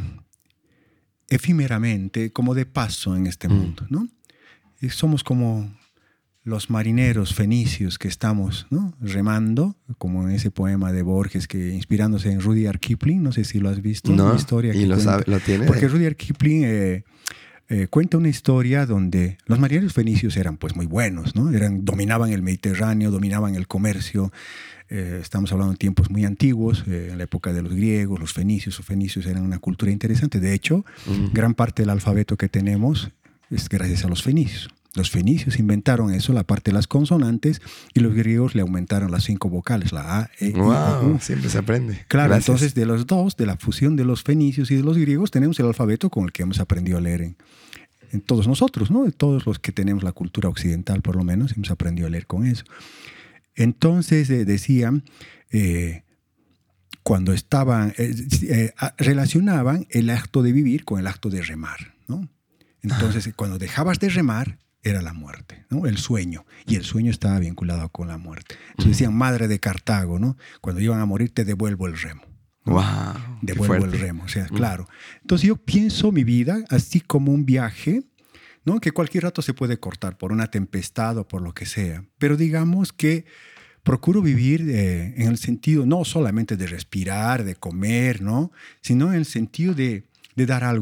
efímeramente, como de paso en este Mm. mundo, ¿no? Y somos como los marineros fenicios que estamos, ¿no? remando, como en ese poema de Borges, que inspirándose en Rudyard Kipling, no sé si lo has visto, No, una historia y que lo, cuenta. sabe, lo tiene. Porque Rudyard Kipling eh, eh, cuenta una historia donde los marineros fenicios eran pues muy buenos, ¿no? Eran, dominaban el Mediterráneo, dominaban el comercio. Eh, estamos hablando de tiempos muy antiguos, eh, en la época de los griegos, los fenicios. Los fenicios eran una cultura interesante. De hecho, Mm. gran parte del alfabeto que tenemos es gracias a los fenicios. Los fenicios inventaron eso, la parte de las consonantes, y los griegos le aumentaron las cinco vocales, la A, E, I, Wow, O, U. siempre se aprende. Claro, Gracias. entonces de los dos, de la fusión de los fenicios y de los griegos, tenemos el alfabeto con el que hemos aprendido a leer en, en todos nosotros, ¿no? De todos los que tenemos la cultura occidental, por lo menos, hemos aprendido a leer con eso. Entonces eh, decían, eh, cuando estaban, eh, eh, relacionaban el acto de vivir con el acto de remar, ¿no? Entonces, cuando dejabas de remar, era la muerte, ¿no? El sueño. Y el sueño estaba vinculado con la muerte. Entonces decían, madre de Cartago, ¿no? Cuando iban a morir, te devuelvo el remo. Wow. Devuelvo el remo. O sea, claro. Entonces yo pienso mi vida así como un viaje, ¿no? Que cualquier rato se puede cortar por una tempestad o por lo que sea. Pero digamos que procuro vivir eh, en el sentido no solamente de respirar, de comer, ¿no? Sino en el sentido de, de dar algo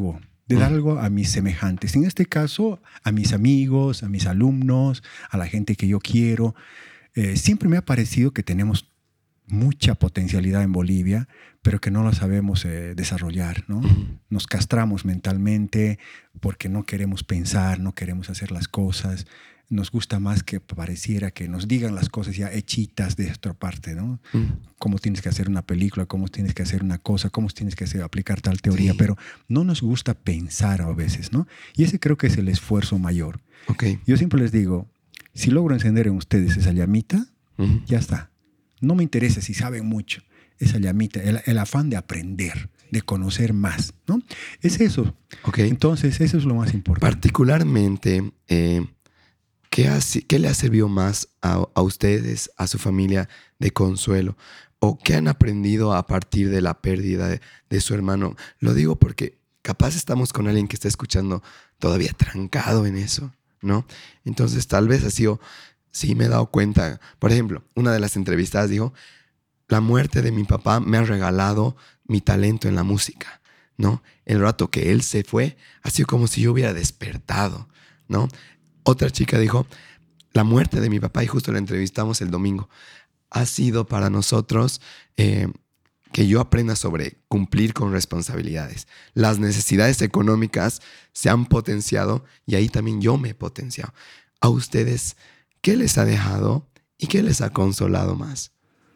de dar algo a mis semejantes. En este caso, a mis amigos, a mis alumnos, a la gente que yo quiero. Eh, siempre me ha parecido que tenemos mucha potencialidad en Bolivia, pero que no la sabemos eh, desarrollar, ¿no? Uh-huh. Nos castramos mentalmente porque no queremos pensar, no queremos hacer las cosas. Nos gusta más que pareciera que nos digan las cosas ya hechitas de nuestra parte, ¿no? Uh-huh. Cómo tienes que hacer una película, cómo tienes que hacer una cosa, cómo tienes que hacer, aplicar tal teoría, sí. Pero no nos gusta pensar a veces, ¿no? Y ese creo que es el esfuerzo mayor. Okay. Yo siempre les digo, si logro encender en ustedes esa llamita, uh-huh. ya está. No me interesa si saben mucho. Esa llamita, el, el afán de aprender, de conocer más, ¿no? Es eso. Okay. Entonces, eso es lo más importante. Particularmente, eh, ¿qué, ha, ¿qué le ha servido más a, a ustedes, a su familia, de consuelo? ¿O qué han aprendido a partir de la pérdida de, de su hermano? Lo digo porque capaz estamos con alguien que está escuchando todavía trancado en eso, ¿no? Entonces, tal vez ha sido... Sí, me he dado cuenta. Por ejemplo, una de las entrevistadas dijo, la muerte de mi papá me ha regalado mi talento en la música, ¿no? El rato que él se fue, ha sido como si yo hubiera despertado, ¿no? Otra chica dijo, la muerte de mi papá, y justo la entrevistamos el domingo, ha sido para nosotros eh, que yo aprenda sobre cumplir con responsabilidades. Las necesidades económicas se han potenciado y ahí también yo me he potenciado. A ustedes, ¿qué les ha dejado y qué les ha consolado más?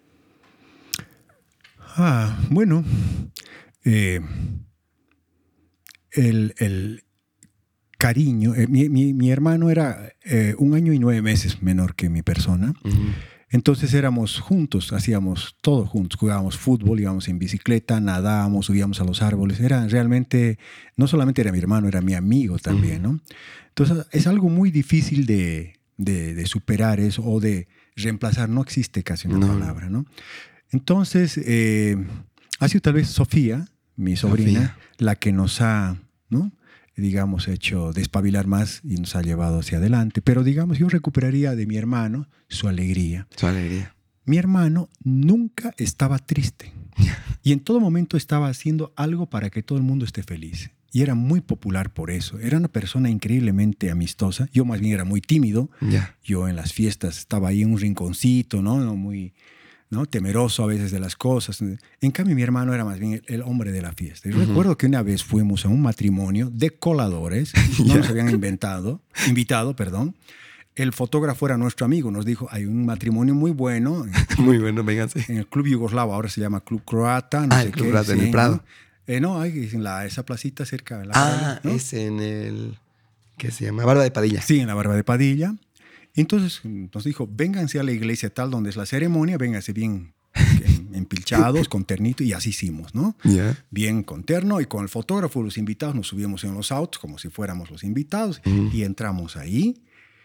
Ah, bueno, eh, el, el cariño. Eh, mi, mi, mi hermano era eh, un año y nueve meses menor que mi persona. Uh-huh. Entonces éramos juntos, hacíamos todo juntos. Jugábamos fútbol, íbamos en bicicleta, nadábamos, subíamos a los árboles. Era realmente, no solamente era mi hermano, era mi amigo también, ¿no? Entonces es algo muy difícil de... De, de superar eso o de reemplazar. No existe casi una no. palabra, ¿no? Entonces, eh, ha sido tal vez Sofía, mi sobrina, Sofía. la que nos ha, ¿no? digamos, hecho despabilar más y nos ha llevado hacia adelante. Pero, digamos, yo recuperaría de mi hermano su alegría. Su alegría. Mi hermano nunca estaba triste y en todo momento estaba haciendo algo para que todo el mundo esté feliz. Y era muy popular por eso. Era una persona increíblemente amistosa. Yo más bien era muy tímido. Yeah. Yo en las fiestas estaba ahí en un rinconcito, ¿no? no muy, ¿no? temeroso a veces de las cosas. En cambio, mi hermano era más bien el, el hombre de la fiesta. Y uh-huh. recuerdo que una vez fuimos a un matrimonio de coladores. No yeah. nos habían inventado, invitado, perdón. El fotógrafo era nuestro amigo. Nos dijo, hay un matrimonio muy bueno. Muy bueno, vénganse. En el Club Yugoslavo, ahora se llama Club Croata. No ah, sé el Club qué, Croata, sí, en el Prado. ¿no? Eh, no, hay en la, esa placita cerca de la Ah, Barba, ¿no? es en el... ¿Qué se llama? Barba de Padilla. Sí, en la Barba de Padilla. Entonces nos dijo, vénganse a la iglesia tal donde es la ceremonia, vénganse bien empilchados, con ternito, y así hicimos, ¿no? Yeah. Bien con terno y con el fotógrafo, los invitados, nos subimos en los autos como si fuéramos los invitados mm. y entramos ahí.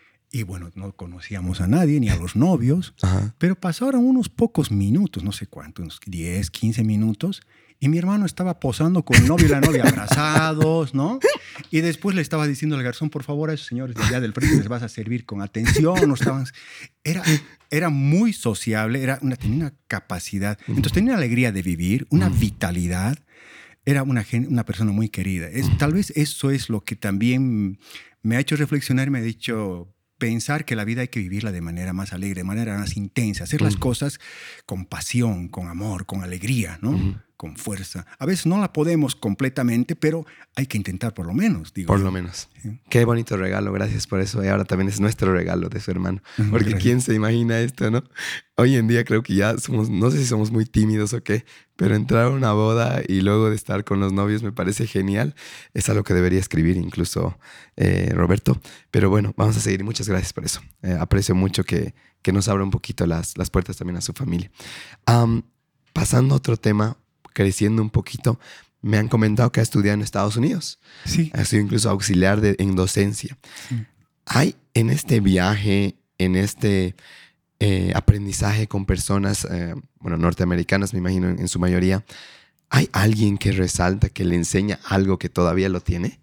Y bueno, no conocíamos a nadie, ni a los novios, Ajá. pero pasaron unos pocos minutos, no sé cuántos, unos diez, quince minutos, y mi hermano estaba posando con el novio y la novia abrazados, ¿no? Y después le estaba diciendo al garzón, por favor, a esos señores de allá del frente les vas a servir con atención. No estaban... era, era muy sociable, era una, tenía una capacidad, entonces tenía una alegría de vivir, una vitalidad. Era una, una persona muy querida. Es, tal vez eso es lo que también me ha hecho reflexionar, me ha dicho... pensar que la vida hay que vivirla de manera más alegre, de manera más intensa, hacer uh-huh. las cosas con pasión, con amor, con alegría, ¿no? Uh-huh. Con fuerza. A veces no la podemos completamente, pero hay que intentar por lo menos. Digo. Por lo menos. Sí. Qué bonito regalo, gracias por eso. Y ahora también es nuestro regalo de su hermano. Uh-huh. Porque gracias. ¿quién se imagina esto, no? Hoy en día creo que ya somos, no sé si somos muy tímidos o qué, pero entrar a una boda y luego de estar con los novios me parece genial. Es algo que debería escribir incluso eh, Roberto. Pero bueno, vamos a seguir y muchas gracias por eso. Eh, aprecio mucho que, que nos abra un poquito las, las puertas también a su familia. Um, pasando a otro tema, creciendo un poquito, me han comentado que ha estudiado en Estados Unidos. Sí. Ha sido incluso auxiliar de, en docencia. Sí. ¿Hay en este viaje, en este eh, aprendizaje con personas, eh, bueno, norteamericanas, me imagino en, en su mayoría, ¿hay alguien que resalta, que le enseña algo que todavía lo tiene?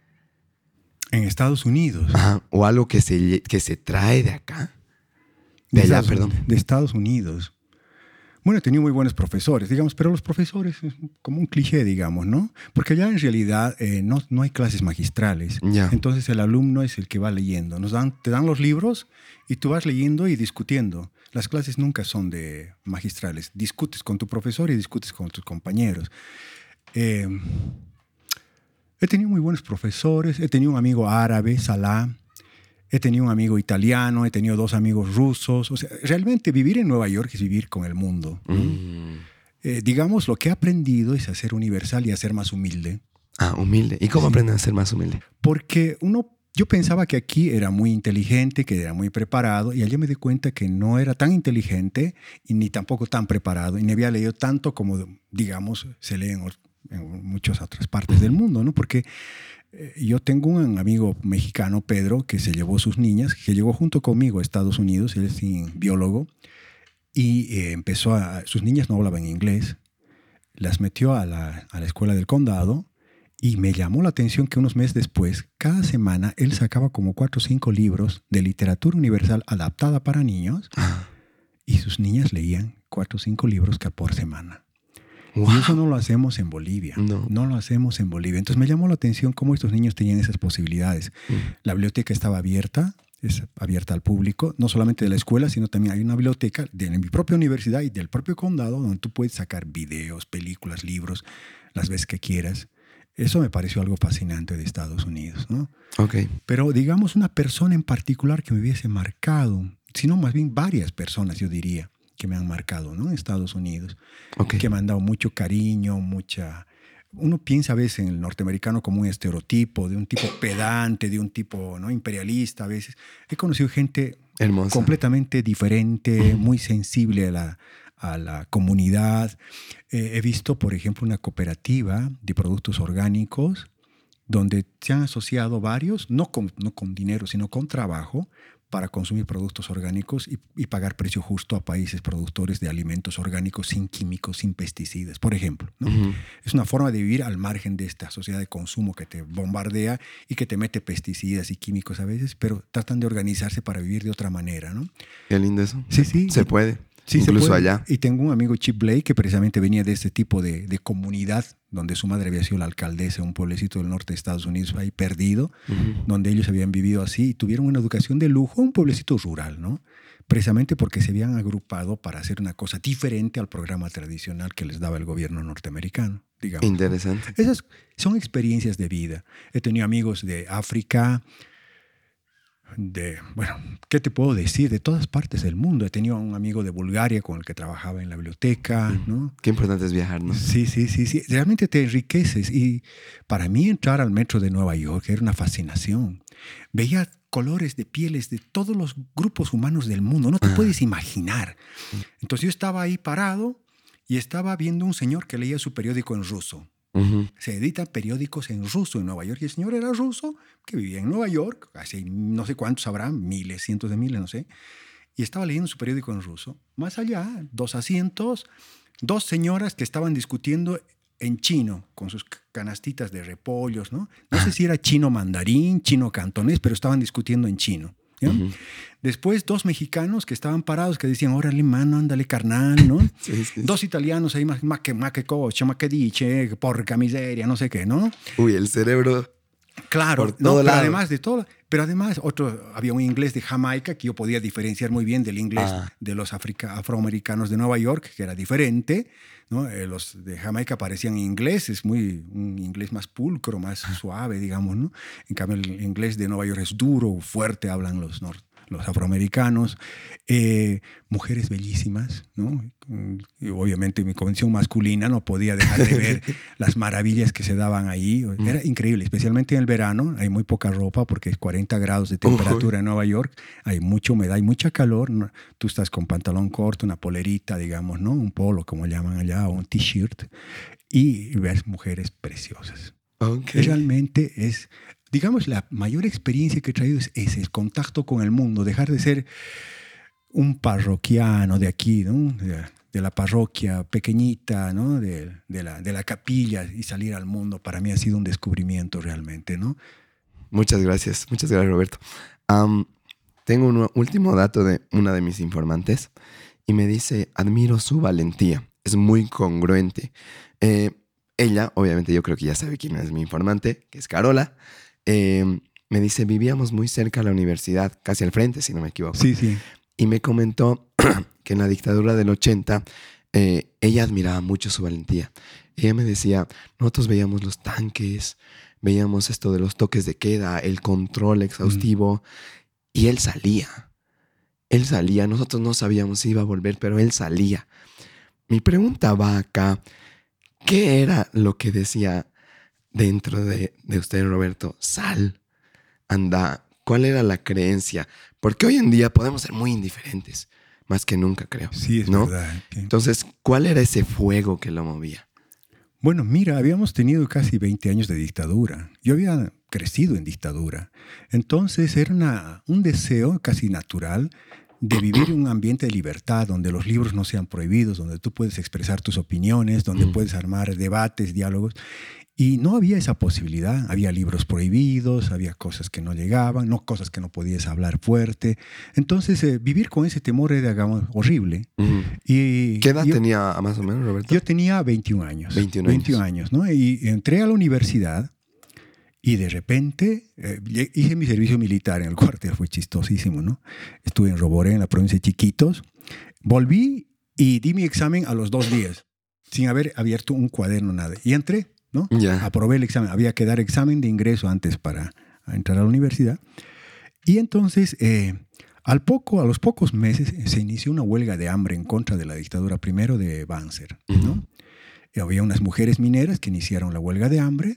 En Estados Unidos. Ajá. O algo que se, que se trae de acá. De, de allá, Estados, perdón. De Estados Unidos. Bueno, he tenido muy buenos profesores, digamos, pero los profesores es como un cliché, digamos, ¿no? Porque allá en realidad eh, no, no hay clases magistrales. Ya. Entonces el alumno es el que va leyendo. Nos dan, te dan los libros y tú vas leyendo y discutiendo. Las clases nunca son de magistrales. Discutes con tu profesor y discutes con tus compañeros. Eh, he tenido muy buenos profesores. He tenido un amigo árabe, Salah. He tenido un amigo italiano, he tenido dos amigos rusos. O sea, realmente vivir en Nueva York es vivir con el mundo. Mm. Eh, digamos, lo que he aprendido es a ser universal y a ser más humilde. Ah, humilde. ¿Y cómo Sí. aprendes a ser más humilde? Porque uno, yo pensaba que aquí era muy inteligente, que era muy preparado, y allí me di cuenta que no era tan inteligente y ni tampoco tan preparado, y ni había leído tanto como, digamos, se lee en, en muchas otras partes del mundo, ¿no? Porque yo tengo un amigo mexicano, Pedro, que se llevó sus niñas, que llegó junto conmigo a Estados Unidos, él es biólogo, y eh, empezó a... Sus niñas no hablaban inglés, las metió a la, a la escuela del condado, y me llamó la atención que unos meses después, cada semana, él sacaba como cuatro o cinco libros de literatura universal adaptada para niños, y sus niñas leían cuatro o cinco libros por semana. Wow. Y eso no lo hacemos en Bolivia. No. No lo hacemos en Bolivia. Entonces me llamó la atención cómo estos niños tenían esas posibilidades. Mm. La biblioteca estaba abierta, es abierta al público, no solamente de la escuela, sino también hay una biblioteca de mi propia universidad y del propio condado donde tú puedes sacar videos, películas, libros, las veces que quieras. Eso me pareció algo fascinante de Estados Unidos, ¿no? Okay. Pero digamos una persona en particular que me hubiese marcado, sino más bien varias personas, yo diría, que me han marcado, ¿no? En Estados Unidos, okay. Que me han dado mucho cariño, mucha... Uno piensa a veces en el norteamericano como un estereotipo, de un tipo pedante, de un tipo, ¿no?, imperialista a veces. He conocido gente hermosa, completamente diferente, uh-huh. muy sensible a la, a la comunidad. Eh, he visto, por ejemplo, una cooperativa de productos orgánicos donde se han asociado varios, no con, no con dinero, sino con trabajo, para consumir productos orgánicos y, y pagar precio justo a países productores de alimentos orgánicos sin químicos, sin pesticidas, por ejemplo, ¿no? Uh-huh. Es una forma de vivir al margen de esta sociedad de consumo que te bombardea y que te mete pesticidas y químicos a veces, pero tratan de organizarse para vivir de otra manera, ¿no? Qué lindo eso. Sí, sí. Se puede. Sí, incluso se puede. Allá. Y tengo un amigo, Chip Blake, que precisamente venía de este tipo de, de comunidad donde su madre había sido la alcaldesa de un pueblecito del norte de Estados Unidos, ahí perdido, uh-huh. donde ellos habían vivido así y tuvieron una educación de lujo, un pueblecito rural, ¿no? Precisamente porque se habían agrupado para hacer una cosa diferente al programa tradicional que les daba el gobierno norteamericano, digamos. Interesante. Esas son experiencias de vida. He tenido amigos de África, de, bueno, ¿qué te puedo decir? De todas partes del mundo. He tenido un amigo de Bulgaria con el que trabajaba en la biblioteca, ¿no? Qué importante es viajar, ¿no? Sí, sí, sí, sí. Realmente te enriqueces. Y para mí entrar al metro de Nueva York era una fascinación. Veía colores de pieles de todos los grupos humanos del mundo. No te ah. puedes imaginar. Entonces yo estaba ahí parado y estaba viendo un señor que leía su periódico en ruso. Uh-huh. Se editan periódicos en ruso en Nueva York y el señor era ruso que vivía en Nueva York, hace no sé cuántos habrá, miles, cientos de miles, no sé, y estaba leyendo su periódico en ruso. Más allá, dos asientos, dos señoras que estaban discutiendo en chino con sus canastitas de repollos, ¿no? No sé si era chino mandarín, chino cantonés, pero estaban discutiendo en chino. Uh-huh. Después dos mexicanos que estaban parados que decían, órale, mano, ándale, carnal, ¿no? Sí, sí, sí. Dos italianos ahí, más que más que coche, más que diche, porca miseria, no sé qué, ¿no? Uy, el cerebro. Claro, por todo no, pero lado. además de todo, pero además otro, había un inglés de Jamaica que yo podía diferenciar muy bien del inglés ah. de los africa, afroamericanos de Nueva York, que era diferente, ¿no? Eh, los de Jamaica parecían ingleses, muy, un inglés más pulcro, más ah. suave, digamos, ¿no? En cambio el inglés de Nueva York es duro, fuerte, hablan los norte. Los afroamericanos, eh, mujeres bellísimas, ¿no? Y obviamente mi convención masculina no podía dejar de ver las maravillas que se daban ahí. Era increíble, especialmente en el verano. Hay muy poca ropa porque es cuarenta grados de temperatura en Nueva York. Hay mucha humedad, hay mucha calor. ¿No? Tú estás con pantalón corto, una polerita, digamos, ¿no? Un polo, como llaman allá, o un t-shirt. Y ves mujeres preciosas. Okay. Realmente es... Digamos, la mayor experiencia que he traído es ese, el contacto con el mundo, dejar de ser un parroquiano de aquí, ¿no? de, de la parroquia pequeñita, ¿no? de, de, la, de la capilla y salir al mundo. Para mí ha sido un descubrimiento realmente, ¿no? Muchas gracias, muchas gracias, Roberto. Um, tengo un último dato de una de mis informantes y me dice, admiro su valentía, es muy congruente. Eh, ella, obviamente yo creo que ya sabe quién es mi informante, que es Carola, eh, me dice, vivíamos muy cerca a la universidad, casi al frente, si no me equivoco. Sí, sí. Y me comentó que en la dictadura del ochenta, eh, ella admiraba mucho su valentía. Ella me decía, nosotros veíamos los tanques, veíamos esto de los toques de queda, el control exhaustivo, mm. y él salía. Él salía, nosotros no sabíamos si iba a volver, pero él salía. Mi pregunta va acá, ¿qué era lo que decía dentro de, de usted, Roberto? Sal, anda, ¿cuál era la creencia? Porque hoy en día podemos ser muy indiferentes, más que nunca, creo. Sí, es ¿no? verdad. Okay. Entonces, ¿cuál era ese fuego que lo movía? Bueno, mira, habíamos tenido casi veinte años de dictadura. Yo había crecido en dictadura. Entonces era una, un deseo casi natural de vivir en un ambiente de libertad, donde los libros no sean prohibidos, donde tú puedes expresar tus opiniones, donde mm. puedes armar debates, diálogos. Y no había esa posibilidad. Había libros prohibidos, había cosas que no llegaban, no cosas que no podías hablar fuerte. Entonces, eh, vivir con ese temor era, digamos, horrible. Mm. Y ¿qué edad yo, tenía más o menos, Roberto? Yo tenía veintiún años. veintiún años. veintiún años, ¿no? Y entré a la universidad y de repente eh, hice mi servicio militar en el cuartel. Fue chistosísimo, ¿no? Estuve en Roboré, en la provincia de Chiquitos. Volví y di mi examen a los dos días, sin haber abierto un cuaderno, nada. Y entré. ¿no? Yeah. Aprobé el examen. Había que dar examen de ingreso antes para entrar a la universidad. Y entonces, eh, al poco, a los pocos meses, se inició una huelga de hambre en contra de la dictadura primero de Banzer, ¿no? Uh-huh. Y había unas mujeres mineras que iniciaron la huelga de hambre.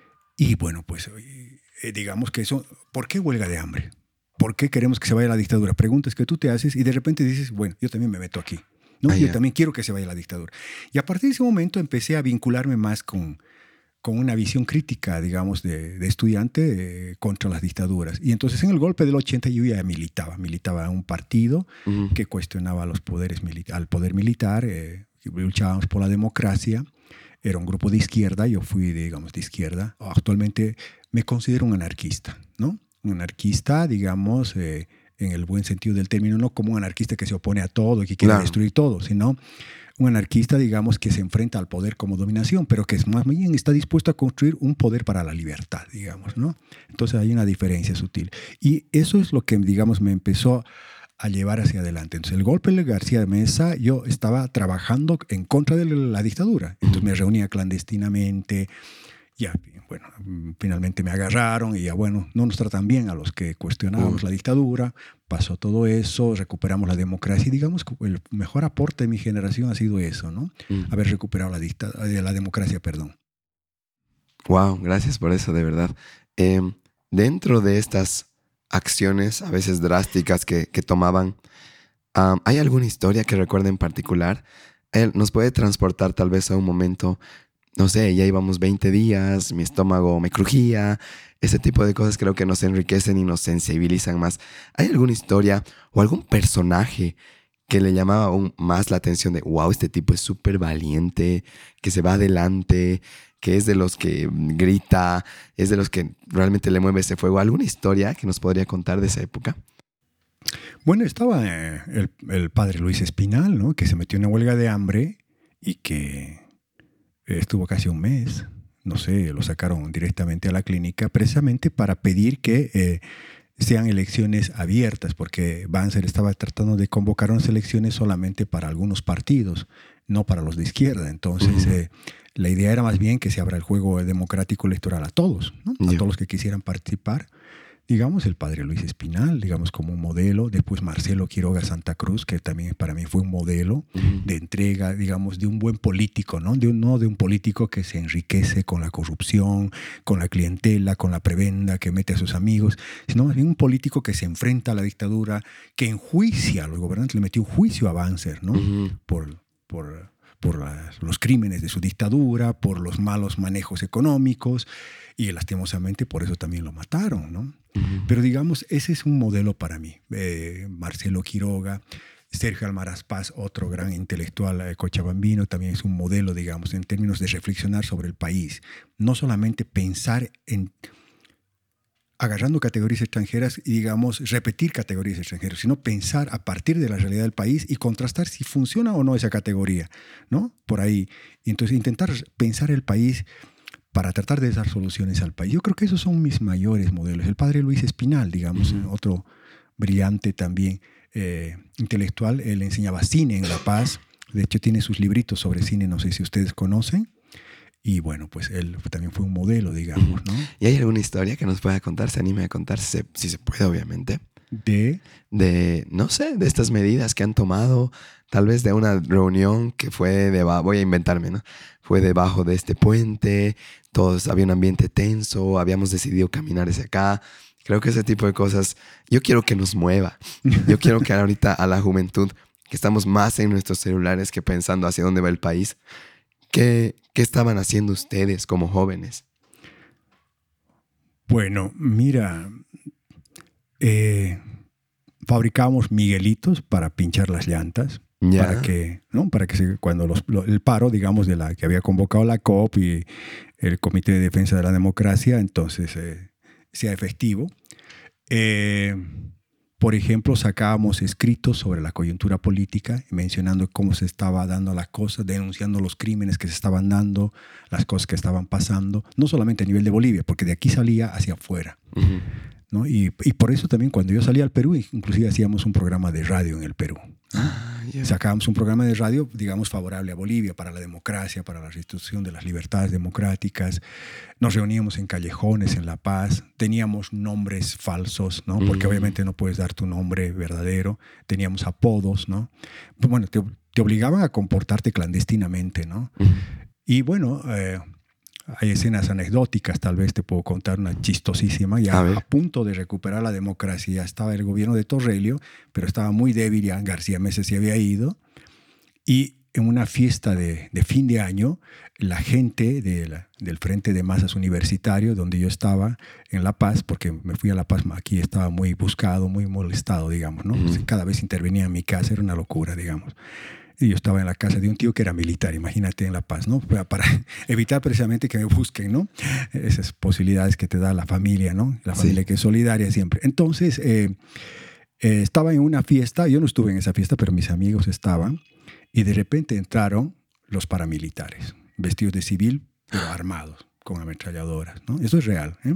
Y bueno, pues eh, digamos que eso... ¿Por qué huelga de hambre? ¿Por qué queremos que se vaya la dictadura? Preguntas que tú te haces y de repente dices, bueno, yo también me meto aquí, ¿no? Ah, yo yeah. también quiero que se vaya la dictadura. Y a partir de ese momento empecé a vincularme más con... con una visión crítica, digamos, de, de estudiante eh, contra las dictaduras. Y entonces en el golpe del ochenta yo ya militaba, militaba en un partido uh-huh. que cuestionaba los poderes milita- al poder militar, eh, luchábamos por la democracia, era un grupo de izquierda, yo fui, digamos, de izquierda. Actualmente me considero un anarquista, ¿no? Un anarquista, digamos, eh, en el buen sentido del término, no como un anarquista que se opone a todo y que quiere claro. destruir todo, sino... un anarquista, digamos, que se enfrenta al poder como dominación, pero que es más bien está dispuesto a construir un poder para la libertad, digamos, ¿no? Entonces hay una diferencia sutil. Y eso es lo que, digamos, me empezó a llevar hacia adelante. Entonces, el golpe de García Meza, yo estaba trabajando en contra de la dictadura. Entonces, me reunía clandestinamente. Ya, bueno, finalmente me agarraron y ya, bueno, no nos tratan bien a los que cuestionábamos uh. la dictadura. Pasó todo eso, recuperamos la democracia y digamos que el mejor aporte de mi generación ha sido eso, ¿no? Uh. Haber recuperado la, dicta- la democracia, perdón. Wow, gracias por eso, de verdad. Eh, dentro de estas acciones, a veces drásticas, que, que tomaban, um, ¿hay alguna historia que recuerde en particular? Él nos puede transportar tal vez a un momento... No sé, ya íbamos veinte días, mi estómago me crujía. Ese tipo de cosas creo que nos enriquecen y nos sensibilizan más. ¿Hay alguna historia o algún personaje que le llamaba aún más la atención de wow, este tipo es súper valiente, que se va adelante, que es de los que grita, es de los que realmente le mueve ese fuego? ¿Alguna historia que nos podría contar de esa época? Bueno, estaba eh, el, el padre Luis Espinal, ¿no? Que se metió en una huelga de hambre y que... estuvo casi un mes, no sé, lo sacaron directamente a la clínica precisamente para pedir que eh, sean elecciones abiertas, porque Banzer estaba tratando de convocar unas elecciones solamente para algunos partidos, no para los de izquierda. Entonces, uh-huh. eh, la idea era más bien que se abra el juego democrático electoral a todos, ¿no? A yeah. todos los que quisieran participar. Digamos, el padre Luis Espinal, digamos, como un modelo. Después Marcelo Quiroga Santa Cruz, que también para mí fue un modelo uh-huh. de entrega, digamos, de un buen político, ¿no? De un, no de un político que se enriquece con la corrupción, con la clientela, con la prebenda, que mete a sus amigos, sino más bien un político que se enfrenta a la dictadura, que enjuicia a los gobernantes, le metió un juicio a Banzer, ¿no? Uh-huh. Por... por por las, los crímenes de su dictadura, por los malos manejos económicos, y lastimosamente por eso también lo mataron, ¿no? Uh-huh. Pero digamos, ese es un modelo para mí. Eh, Marcelo Quiroga, Sergio Almaraz Paz, otro gran intelectual eh, cochabambino, también es un modelo, digamos, en términos de reflexionar sobre el país. No solamente pensar en agarrando categorías extranjeras y, digamos, repetir categorías extranjeras, sino pensar a partir de la realidad del país y contrastar si funciona o no esa categoría, ¿no? Por ahí. Y entonces intentar pensar el país para tratar de dar soluciones al país. Yo creo que esos son mis mayores modelos. El padre Luis Espinal, digamos, uh-huh. otro brillante también eh, intelectual, él enseñaba cine en La Paz. De hecho, tiene sus libritos sobre cine, no sé si ustedes conocen. Y bueno, pues él también fue un modelo, digamos, ¿no? ¿Y hay alguna historia que nos pueda contar? ¿Se anime a contar? Si se, si se puede, obviamente. ¿De? De, no sé, de estas medidas que han tomado, tal vez de una reunión que fue debajo, voy a inventarme, ¿no? Fue debajo de este puente, todos, había un ambiente tenso, habíamos decidido caminar hacia acá. Creo que ese tipo de cosas, yo quiero que nos mueva. Yo quiero que ahorita a la juventud, que estamos más en nuestros celulares que pensando hacia dónde va el país, ¿qué, qué estaban haciendo ustedes como jóvenes? Bueno, mira, eh, fabricábamos miguelitos para pinchar las llantas. Ya. Para que, ¿no? Para que se, cuando los, lo, el paro, digamos, de la que había convocado la C O P y el Comité de Defensa de la Democracia, entonces eh, sea efectivo. Eh, por ejemplo, sacábamos escritos sobre la coyuntura política, mencionando cómo se estaba dando las cosas, denunciando los crímenes que se estaban dando, las cosas que estaban pasando, no solamente a nivel de Bolivia, porque de aquí salía hacia afuera. Uh-huh. ¿No? Y, y por eso también cuando yo salía al Perú, inclusive hacíamos un programa de radio en el Perú, ¿no? Ah, yeah. Sacábamos un programa de radio, digamos, favorable a Bolivia, para la democracia, para la restitución de las libertades democráticas. Nos reuníamos en callejones en La Paz, teníamos nombres falsos, ¿no? Porque mm. obviamente no puedes dar tu nombre verdadero. Teníamos apodos, ¿no? Bueno, te, te obligaban a comportarte clandestinamente, ¿no? Mm. Y bueno, eh, hay escenas anecdóticas, tal vez te puedo contar una chistosísima. Ya a, a punto de recuperar la democracia, ya estaba el gobierno de Torrelio, pero estaba muy débil, ya García Meza se había ido. Y en una fiesta de, de fin de año, la gente de la, del Frente de Masas Universitario, donde yo estaba en La Paz, porque me fui a La Paz, aquí estaba muy buscado, muy molestado, digamos, ¿no? Uh-huh. Cada vez intervenía en mi casa, era una locura, digamos. Y yo estaba en la casa de un tío que era militar, imagínate, en La Paz, ¿no? Para, para evitar precisamente que me busquen, ¿no? Esas posibilidades que te da la familia, ¿no? La familia sí. que es solidaria siempre. Entonces, eh, eh, estaba en una fiesta, yo no estuve en esa fiesta, pero mis amigos estaban, y de repente entraron los paramilitares, vestidos de civil, pero armados, con ametralladoras, ¿no? Eso es real, ¿eh?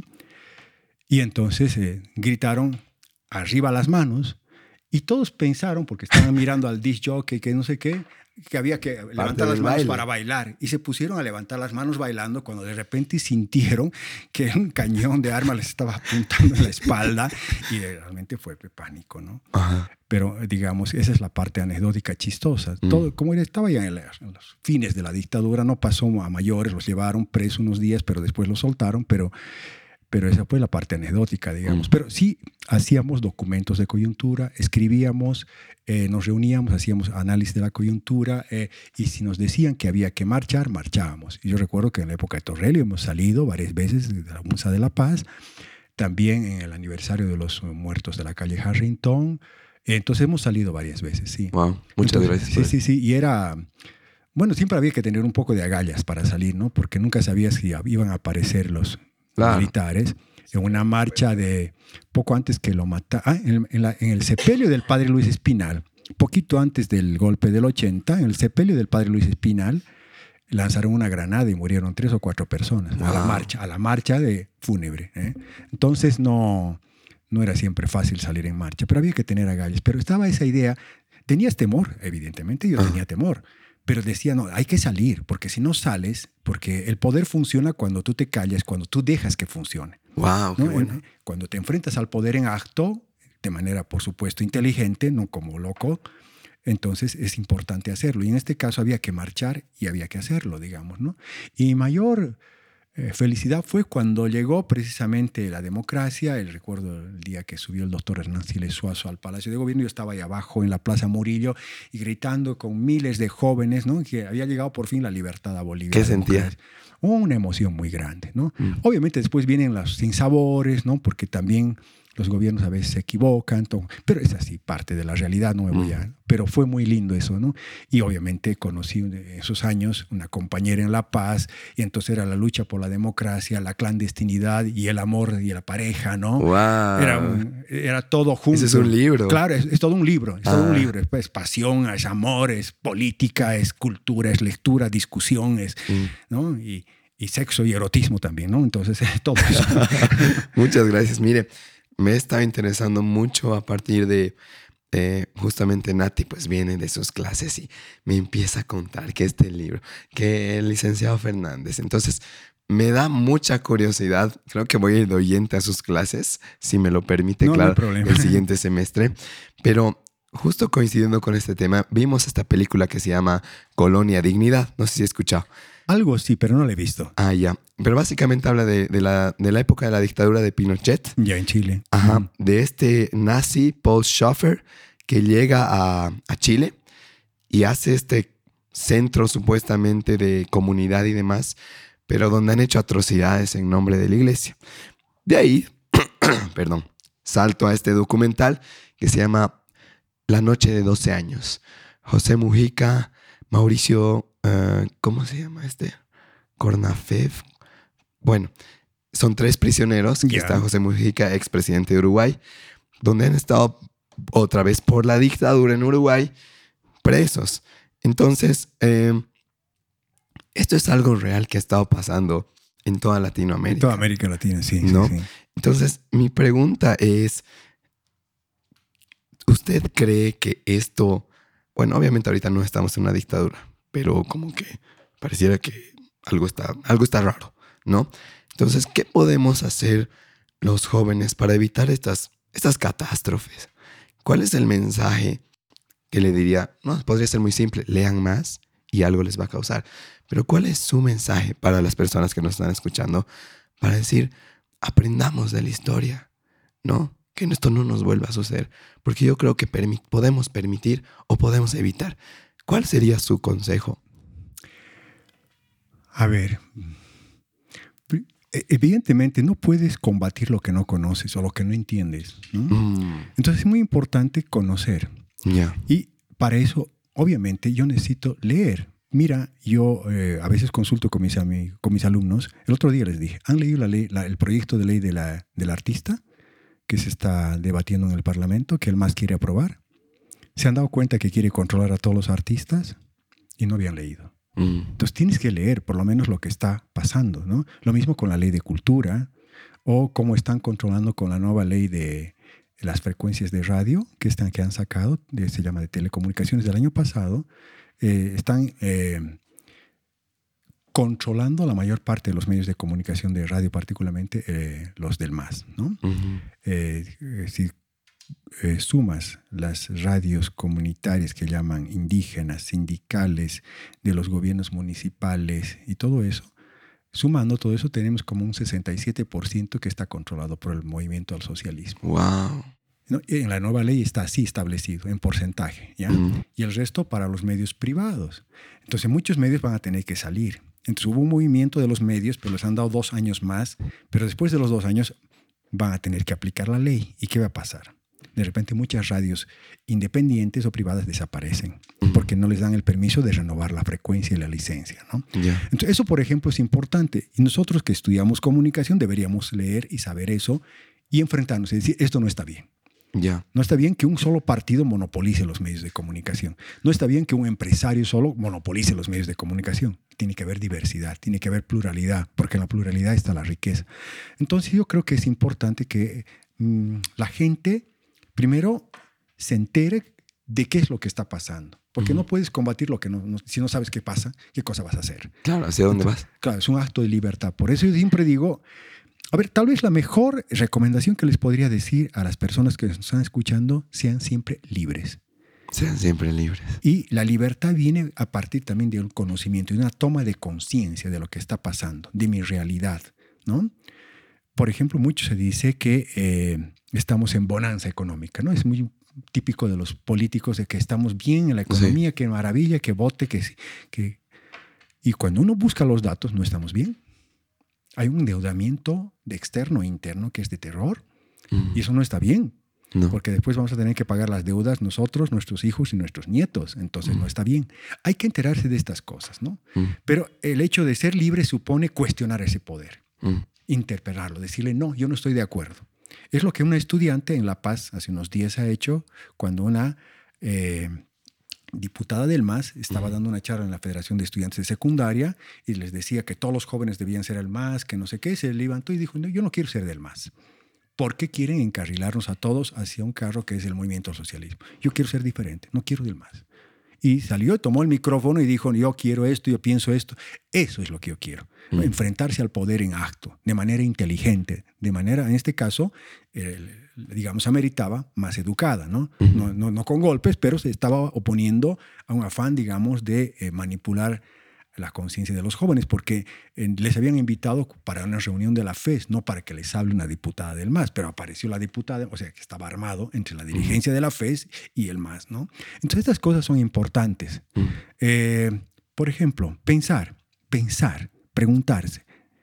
Y entonces eh, gritaron, arriba las manos. Y todos pensaron, porque estaban mirando al disc jockey, que no sé qué, que había que Parte levantar las manos baile. para bailar. Y se pusieron a levantar las manos bailando cuando de repente sintieron que un cañón de arma les estaba apuntando en la espalda. Y realmente fue pánico, ¿no? Ajá. Pero, digamos, esa es la parte anecdótica chistosa. Mm. Todo, como estaba ya en, la, en los fines de la dictadura, no pasó a mayores, los llevaron presos unos días, pero después los soltaron, pero... Pero esa fue la parte anecdótica, digamos. Mm. Pero sí hacíamos documentos de coyuntura, escribíamos, eh, nos reuníamos, hacíamos análisis de la coyuntura eh, y si nos decían que había que marchar, marchábamos. Y yo recuerdo que en la época de Torrelio hemos salido varias veces de la Musa de La Paz, también en el aniversario de los muertos de la calle Harrington. Entonces hemos salido varias veces, sí. Wow, muchas Entonces, gracias. Sí, sí, sí. Y era... Bueno, siempre había que tener un poco de agallas para salir, ¿no? Porque nunca sabías si iban a aparecer los... Claro. militares, en una marcha de poco antes que lo mataran, ah, en, en, en el sepelio del padre Luis Espinal, poquito antes del golpe del ochenta, en el sepelio del padre Luis Espinal, lanzaron una granada y murieron tres o cuatro personas. Wow. a la marcha, a la marcha de fúnebre. ¿eh? Entonces no, no era siempre fácil salir en marcha, pero había que tener agallas. Pero estaba esa idea, tenías temor, evidentemente yo ah. tenía temor. Pero decía, no, hay que salir, porque si no sales, porque el poder funciona cuando tú te callas, cuando tú dejas que funcione. Wow, qué ¿no? bueno. Cuando te enfrentas al poder en acto, de manera, por supuesto, inteligente, no como loco, entonces es importante hacerlo. Y en este caso había que marchar y había que hacerlo, digamos, ¿no? Y mayor eh, felicidad fue cuando llegó precisamente la democracia. El recuerdo el día que subió el doctor Hernán Siles Suazo al Palacio de Gobierno, yo estaba ahí abajo en la Plaza Murillo y gritando con miles de jóvenes, ¿no? Que había llegado por fin la libertad a Bolivia. ¿Qué sentías? Una emoción muy grande, ¿no? Mm. Obviamente después vienen los sinsabores, ¿no? Porque también los gobiernos a veces se equivocan, todo, pero es así, parte de la realidad, no me voy a... Pero fue muy lindo eso, ¿no? Y obviamente conocí en esos años una compañera en La Paz, y entonces era la lucha por la democracia, la clandestinidad y el amor y la pareja, ¿no? Wow. Era, un, era todo junto. Ese es un libro. Claro, es, es todo un libro, es ah. todo un libro. Es, es pasión, es amor, es política, es cultura, es lectura, discusión, es, mm. ¿no? Y, y sexo y erotismo también, ¿no? Entonces, todo eso. Muchas gracias. Mire, me estaba interesando mucho a partir de eh, justamente Nati, pues viene de sus clases y me empieza a contar que este libro, que el licenciado Fernández. Entonces, me da mucha curiosidad. Creo que voy a ir de oyente a sus clases, si me lo permite, no, claro, no hay problema. el siguiente semestre. Pero justo coincidiendo con este tema, vimos esta película que se llama Colonia Dignidad. No sé si he escuchado. Algo sí, pero no la he visto. Ah, ya. Pero básicamente habla de, de, la, de la época de la dictadura de Pinochet. Ya, en Chile. Ajá. Mm. De este nazi, Paul Schaffer, que llega a, a Chile y hace este centro supuestamente de comunidad y demás, pero donde han hecho atrocidades en nombre de la iglesia. De ahí, perdón, salto a este documental que se llama La noche de doce años. José Mujica, Mauricio... Uh, ¿Cómo se llama este? Cornafev. Bueno, son tres prisioneros. Que yeah. Está José Mujica, expresidente de Uruguay, donde han estado otra vez por la dictadura en Uruguay, presos. Entonces, eh, esto es algo real que ha estado pasando en toda Latinoamérica. En toda América Latina, sí. ¿No? sí, sí. Entonces, mi pregunta es, ¿usted cree que esto... Bueno, obviamente ahorita no estamos en una dictadura, pero como que pareciera que algo está, algo está raro, ¿no? Entonces, ¿qué podemos hacer los jóvenes para evitar estas, estas catástrofes? ¿Cuál es el mensaje que le diría? No, podría ser muy simple, lean más y algo les va a causar. Pero ¿cuál es su mensaje para las personas que nos están escuchando? Para decir, aprendamos de la historia, ¿no? Que esto no nos vuelva a suceder. Porque yo creo que permi- podemos permitir o podemos evitar. ¿Cuál sería su consejo? A ver, evidentemente no puedes combatir lo que no conoces o lo que no entiendes, ¿no? Mm. Entonces es muy importante conocer. Yeah. Y para eso, obviamente, yo necesito leer. Mira, yo eh, a veces consulto con mis, con mis alumnos. El otro día les dije, ¿han leído la ley, la, el proyecto de ley de la, del artista que se está debatiendo en el Parlamento, que el M A S quiere aprobar? ¿Se han dado cuenta que quiere controlar a todos los artistas? Y no habían leído. Mm. Entonces tienes que leer por lo menos lo que está pasando, ¿no? Lo mismo con la ley de cultura o cómo están controlando con la nueva ley de las frecuencias de radio que, están, que han sacado, de, se llama de telecomunicaciones del año pasado. Eh, están eh, controlando la mayor parte de los medios de comunicación de radio, particularmente eh, los del M A S, ¿no? Uh-huh. Eh, si eh, sumas las radios comunitarias que llaman indígenas, sindicales, de los gobiernos municipales y todo eso, sumando todo eso tenemos como un sesenta y siete por ciento que está controlado por el movimiento al socialismo. ¡Wow! ¿No? En la nueva ley está así establecido, en porcentaje, ¿ya? Mm. Y el resto para los medios privados. Entonces muchos medios van a tener que salir. Entonces hubo un movimiento de los medios, pero les han dado dos años más, pero después de los dos años van a tener que aplicar la ley. ¿Y qué va a pasar? De repente muchas radios independientes o privadas desaparecen mm. porque no les dan el permiso de renovar la frecuencia y la licencia, ¿no? Yeah. Entonces eso, por ejemplo, es importante. Y nosotros que estudiamos comunicación deberíamos leer y saber eso y enfrentarnos y decir, esto no está bien. Yeah. No está bien que un solo partido monopolice los medios de comunicación. No está bien que un empresario solo monopolice los medios de comunicación. Tiene que haber diversidad, tiene que haber pluralidad, porque en la pluralidad está la riqueza. Entonces yo creo que es importante que mmm, la gente primero se entere de qué es lo que está pasando. Porque uh-huh. no puedes combatir lo que no, no, si no sabes qué pasa, qué cosa vas a hacer. Claro, ¿hacia dónde Entonces, vas? Claro, es un acto de libertad. Por eso yo siempre digo... A ver, tal vez la mejor recomendación que les podría decir a las personas que nos están escuchando, sean siempre libres. Sean siempre libres. Y la libertad viene a partir también de un conocimiento, de una toma de conciencia de lo que está pasando, de mi realidad, ¿no? Por ejemplo, mucho se dice que eh, estamos en bonanza económica, ¿no? Es muy típico de los políticos de que estamos bien en la economía, sí. Qué maravilla, que vote, que, que... Y cuando uno busca los datos, no estamos bien. Hay un endeudamiento de externo e interno que es de terror. Mm. Y eso no está bien. No. Porque después vamos a tener que pagar las deudas nosotros, nuestros hijos y nuestros nietos. Entonces mm. no está bien. Hay que enterarse de estas cosas, ¿no? Mm. Pero el hecho de ser libre supone cuestionar ese poder, mm. interpelarlo, decirle, no, yo no estoy de acuerdo. Es lo que una estudiante en La Paz hace unos días ha hecho cuando una eh, diputada del M A S estaba mm. dando una charla en la Federación de Estudiantes de Secundaria y les decía que todos los jóvenes debían ser el M A S, que no sé qué. Se levantó y dijo, no, yo no quiero ser del M A S. ¿Por qué quieren encarrilarnos a todos hacia un carro que es el movimiento al socialismo? Yo quiero ser diferente, no quiero del M A S. Y salió, tomó el micrófono y dijo, yo quiero esto, yo pienso esto. Eso es lo que yo quiero. Mm. Enfrentarse al poder en acto, de manera inteligente, de manera, en este caso, eh, digamos, ameritaba más educada, ¿no? Mm-hmm. No, no, no con golpes, pero se estaba oponiendo a un afán, digamos, de eh, manipular la conciencia de los jóvenes, porque eh, les habían invitado para una reunión de la F E S, no para que les hable una diputada del M A S, pero apareció la diputada, o sea, que estaba armado entre la dirigencia de la F E S y el M A S, ¿no? Entonces, estas cosas son importantes. Uh-huh. Eh, por ejemplo, pensar, pensar, preguntarse.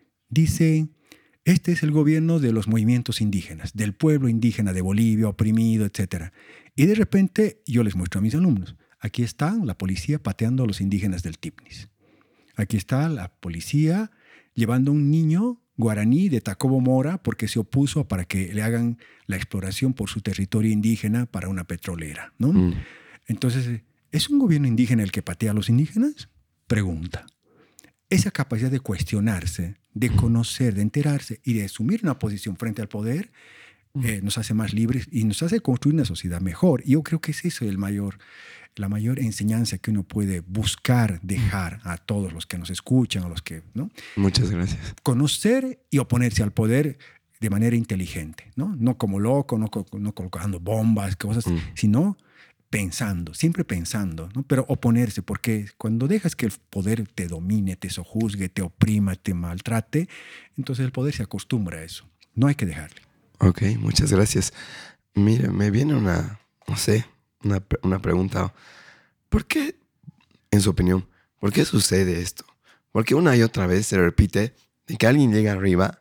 Dice, este es el gobierno de los movimientos indígenas, del pueblo indígena de Bolivia, oprimido, etcétera. Y de repente, yo les muestro a mis alumnos, aquí está la policía pateando a los indígenas del Tipnis. Aquí está la policía llevando a un niño guaraní de Tacobo Mora porque se opuso para que le hagan la exploración por su territorio indígena para una petrolera, ¿no? Mm. Entonces, ¿es un gobierno indígena el que patea a los indígenas? Pregunta. Esa capacidad de cuestionarse, de conocer, de enterarse y de asumir una posición frente al poder eh, nos hace más libres y nos hace construir una sociedad mejor. Y yo creo que es eso el mayor... la mayor enseñanza que uno puede buscar dejar a todos los que nos escuchan, a los que, ¿no? Muchas gracias. Conocer y oponerse al poder de manera inteligente, ¿no? No como loco, no, no colocando bombas, cosas, mm. sino pensando, siempre pensando, ¿no? Pero oponerse, porque cuando dejas que el poder te domine, te sojuzgue, te oprima, te maltrate, entonces el poder se acostumbra a eso. No hay que dejarle. Ok, muchas gracias. Mira, me viene una, no sé, Una, una pregunta. ¿Por qué, en su opinión, por qué sucede esto? Porque una y otra vez se repite de que alguien llega arriba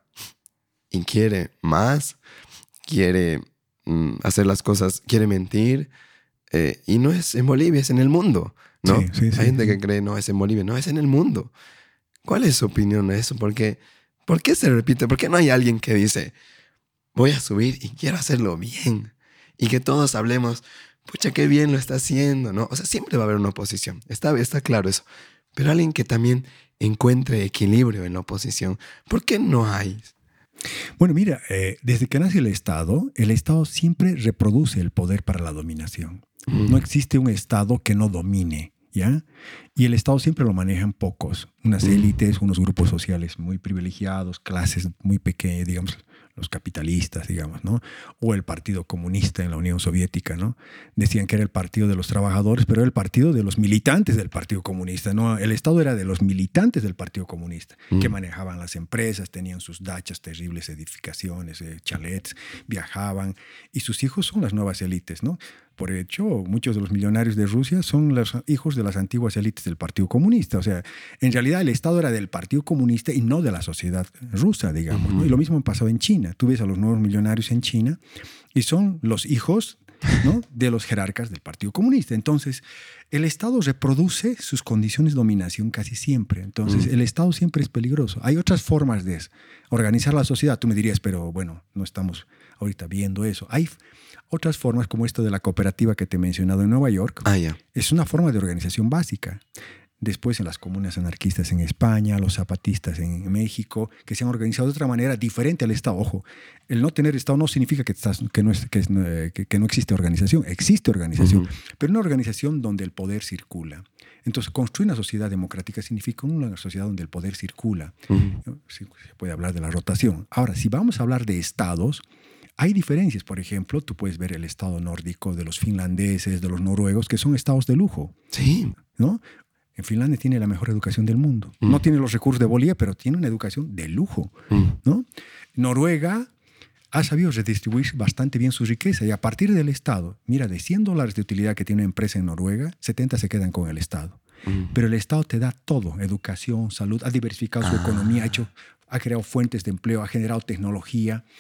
y quiere más, quiere mm, hacer las cosas, quiere mentir. Eh, y no es en Bolivia, es en el mundo, ¿no? Sí, sí, Hay sí, gente sí. que cree, no, es en Bolivia. No, es en el mundo. ¿Cuál es su opinión de eso? ¿Por qué, ¿Por qué se repite? ¿Por qué no hay alguien que dice, voy a subir y quiero hacerlo bien? Y que todos hablemos, pucha, qué bien lo está haciendo, ¿no? O sea, siempre va a haber una oposición, está, está claro eso. Pero alguien que también encuentre equilibrio en la oposición, ¿por qué no hay? Bueno, mira, eh, desde que nace el Estado, el Estado siempre reproduce el poder para la dominación. Mm. No existe un Estado que no domine, ¿ya? Y el Estado siempre lo manejan pocos, unas mm. élites, unos grupos sociales muy privilegiados, clases muy pequeñas, digamos, los capitalistas, digamos, ¿no? O el Partido Comunista en la Unión Soviética, ¿no? Decían que era el partido de los trabajadores, pero era el partido de los militantes del Partido Comunista, ¿no? El Estado era de los militantes del Partido Comunista, mm. que manejaban las empresas, tenían sus dachas, terribles edificaciones, eh, chalets, viajaban, y sus hijos son las nuevas élites, ¿no? Por hecho, muchos de los millonarios de Rusia son los hijos de las antiguas élites del Partido Comunista. O sea, en realidad el Estado era del Partido Comunista y no de la sociedad rusa, digamos, uh-huh. ¿no? Y lo mismo pasó en China. Tú ves a los nuevos millonarios en China y son los hijos, ¿no? de los jerarcas del Partido Comunista. Entonces, el Estado reproduce sus condiciones de dominación casi siempre. Entonces, uh-huh. el Estado siempre es peligroso. Hay otras formas de organizar la sociedad. Tú me dirías, pero bueno, no estamos ahorita viendo eso. Hay otras formas como esto de la cooperativa que te he mencionado en Nueva York. Ah, ya. Es una forma de organización básica. Después en las comunas anarquistas en España, los zapatistas en México, que se han organizado de otra manera diferente al Estado. Ojo, el no tener Estado no significa que, estás, que, no, es, que, es, que, que no existe organización. Existe organización, uh-huh. pero una organización donde el poder circula. Entonces, construir una sociedad democrática significa una sociedad donde el poder circula. Uh-huh. Se puede hablar de la rotación. Ahora, si vamos a hablar de estados, hay diferencias. Por ejemplo, tú puedes ver el estado nórdico de los finlandeses, de los noruegos, que son estados de lujo. Sí. ¿No? En Finlandia tiene la mejor educación del mundo. Mm. No tiene los recursos de Bolivia, pero tiene una educación de lujo. Mm. ¿No? Noruega ha sabido redistribuir bastante bien su riqueza y a partir del Estado, mira, de cien dólares de utilidad que tiene una empresa en Noruega, setenta se quedan con el Estado. Mm. Pero el Estado te da todo, educación, salud, ha diversificado ah. su economía, ha, hecho, ha creado fuentes de empleo, ha generado tecnología.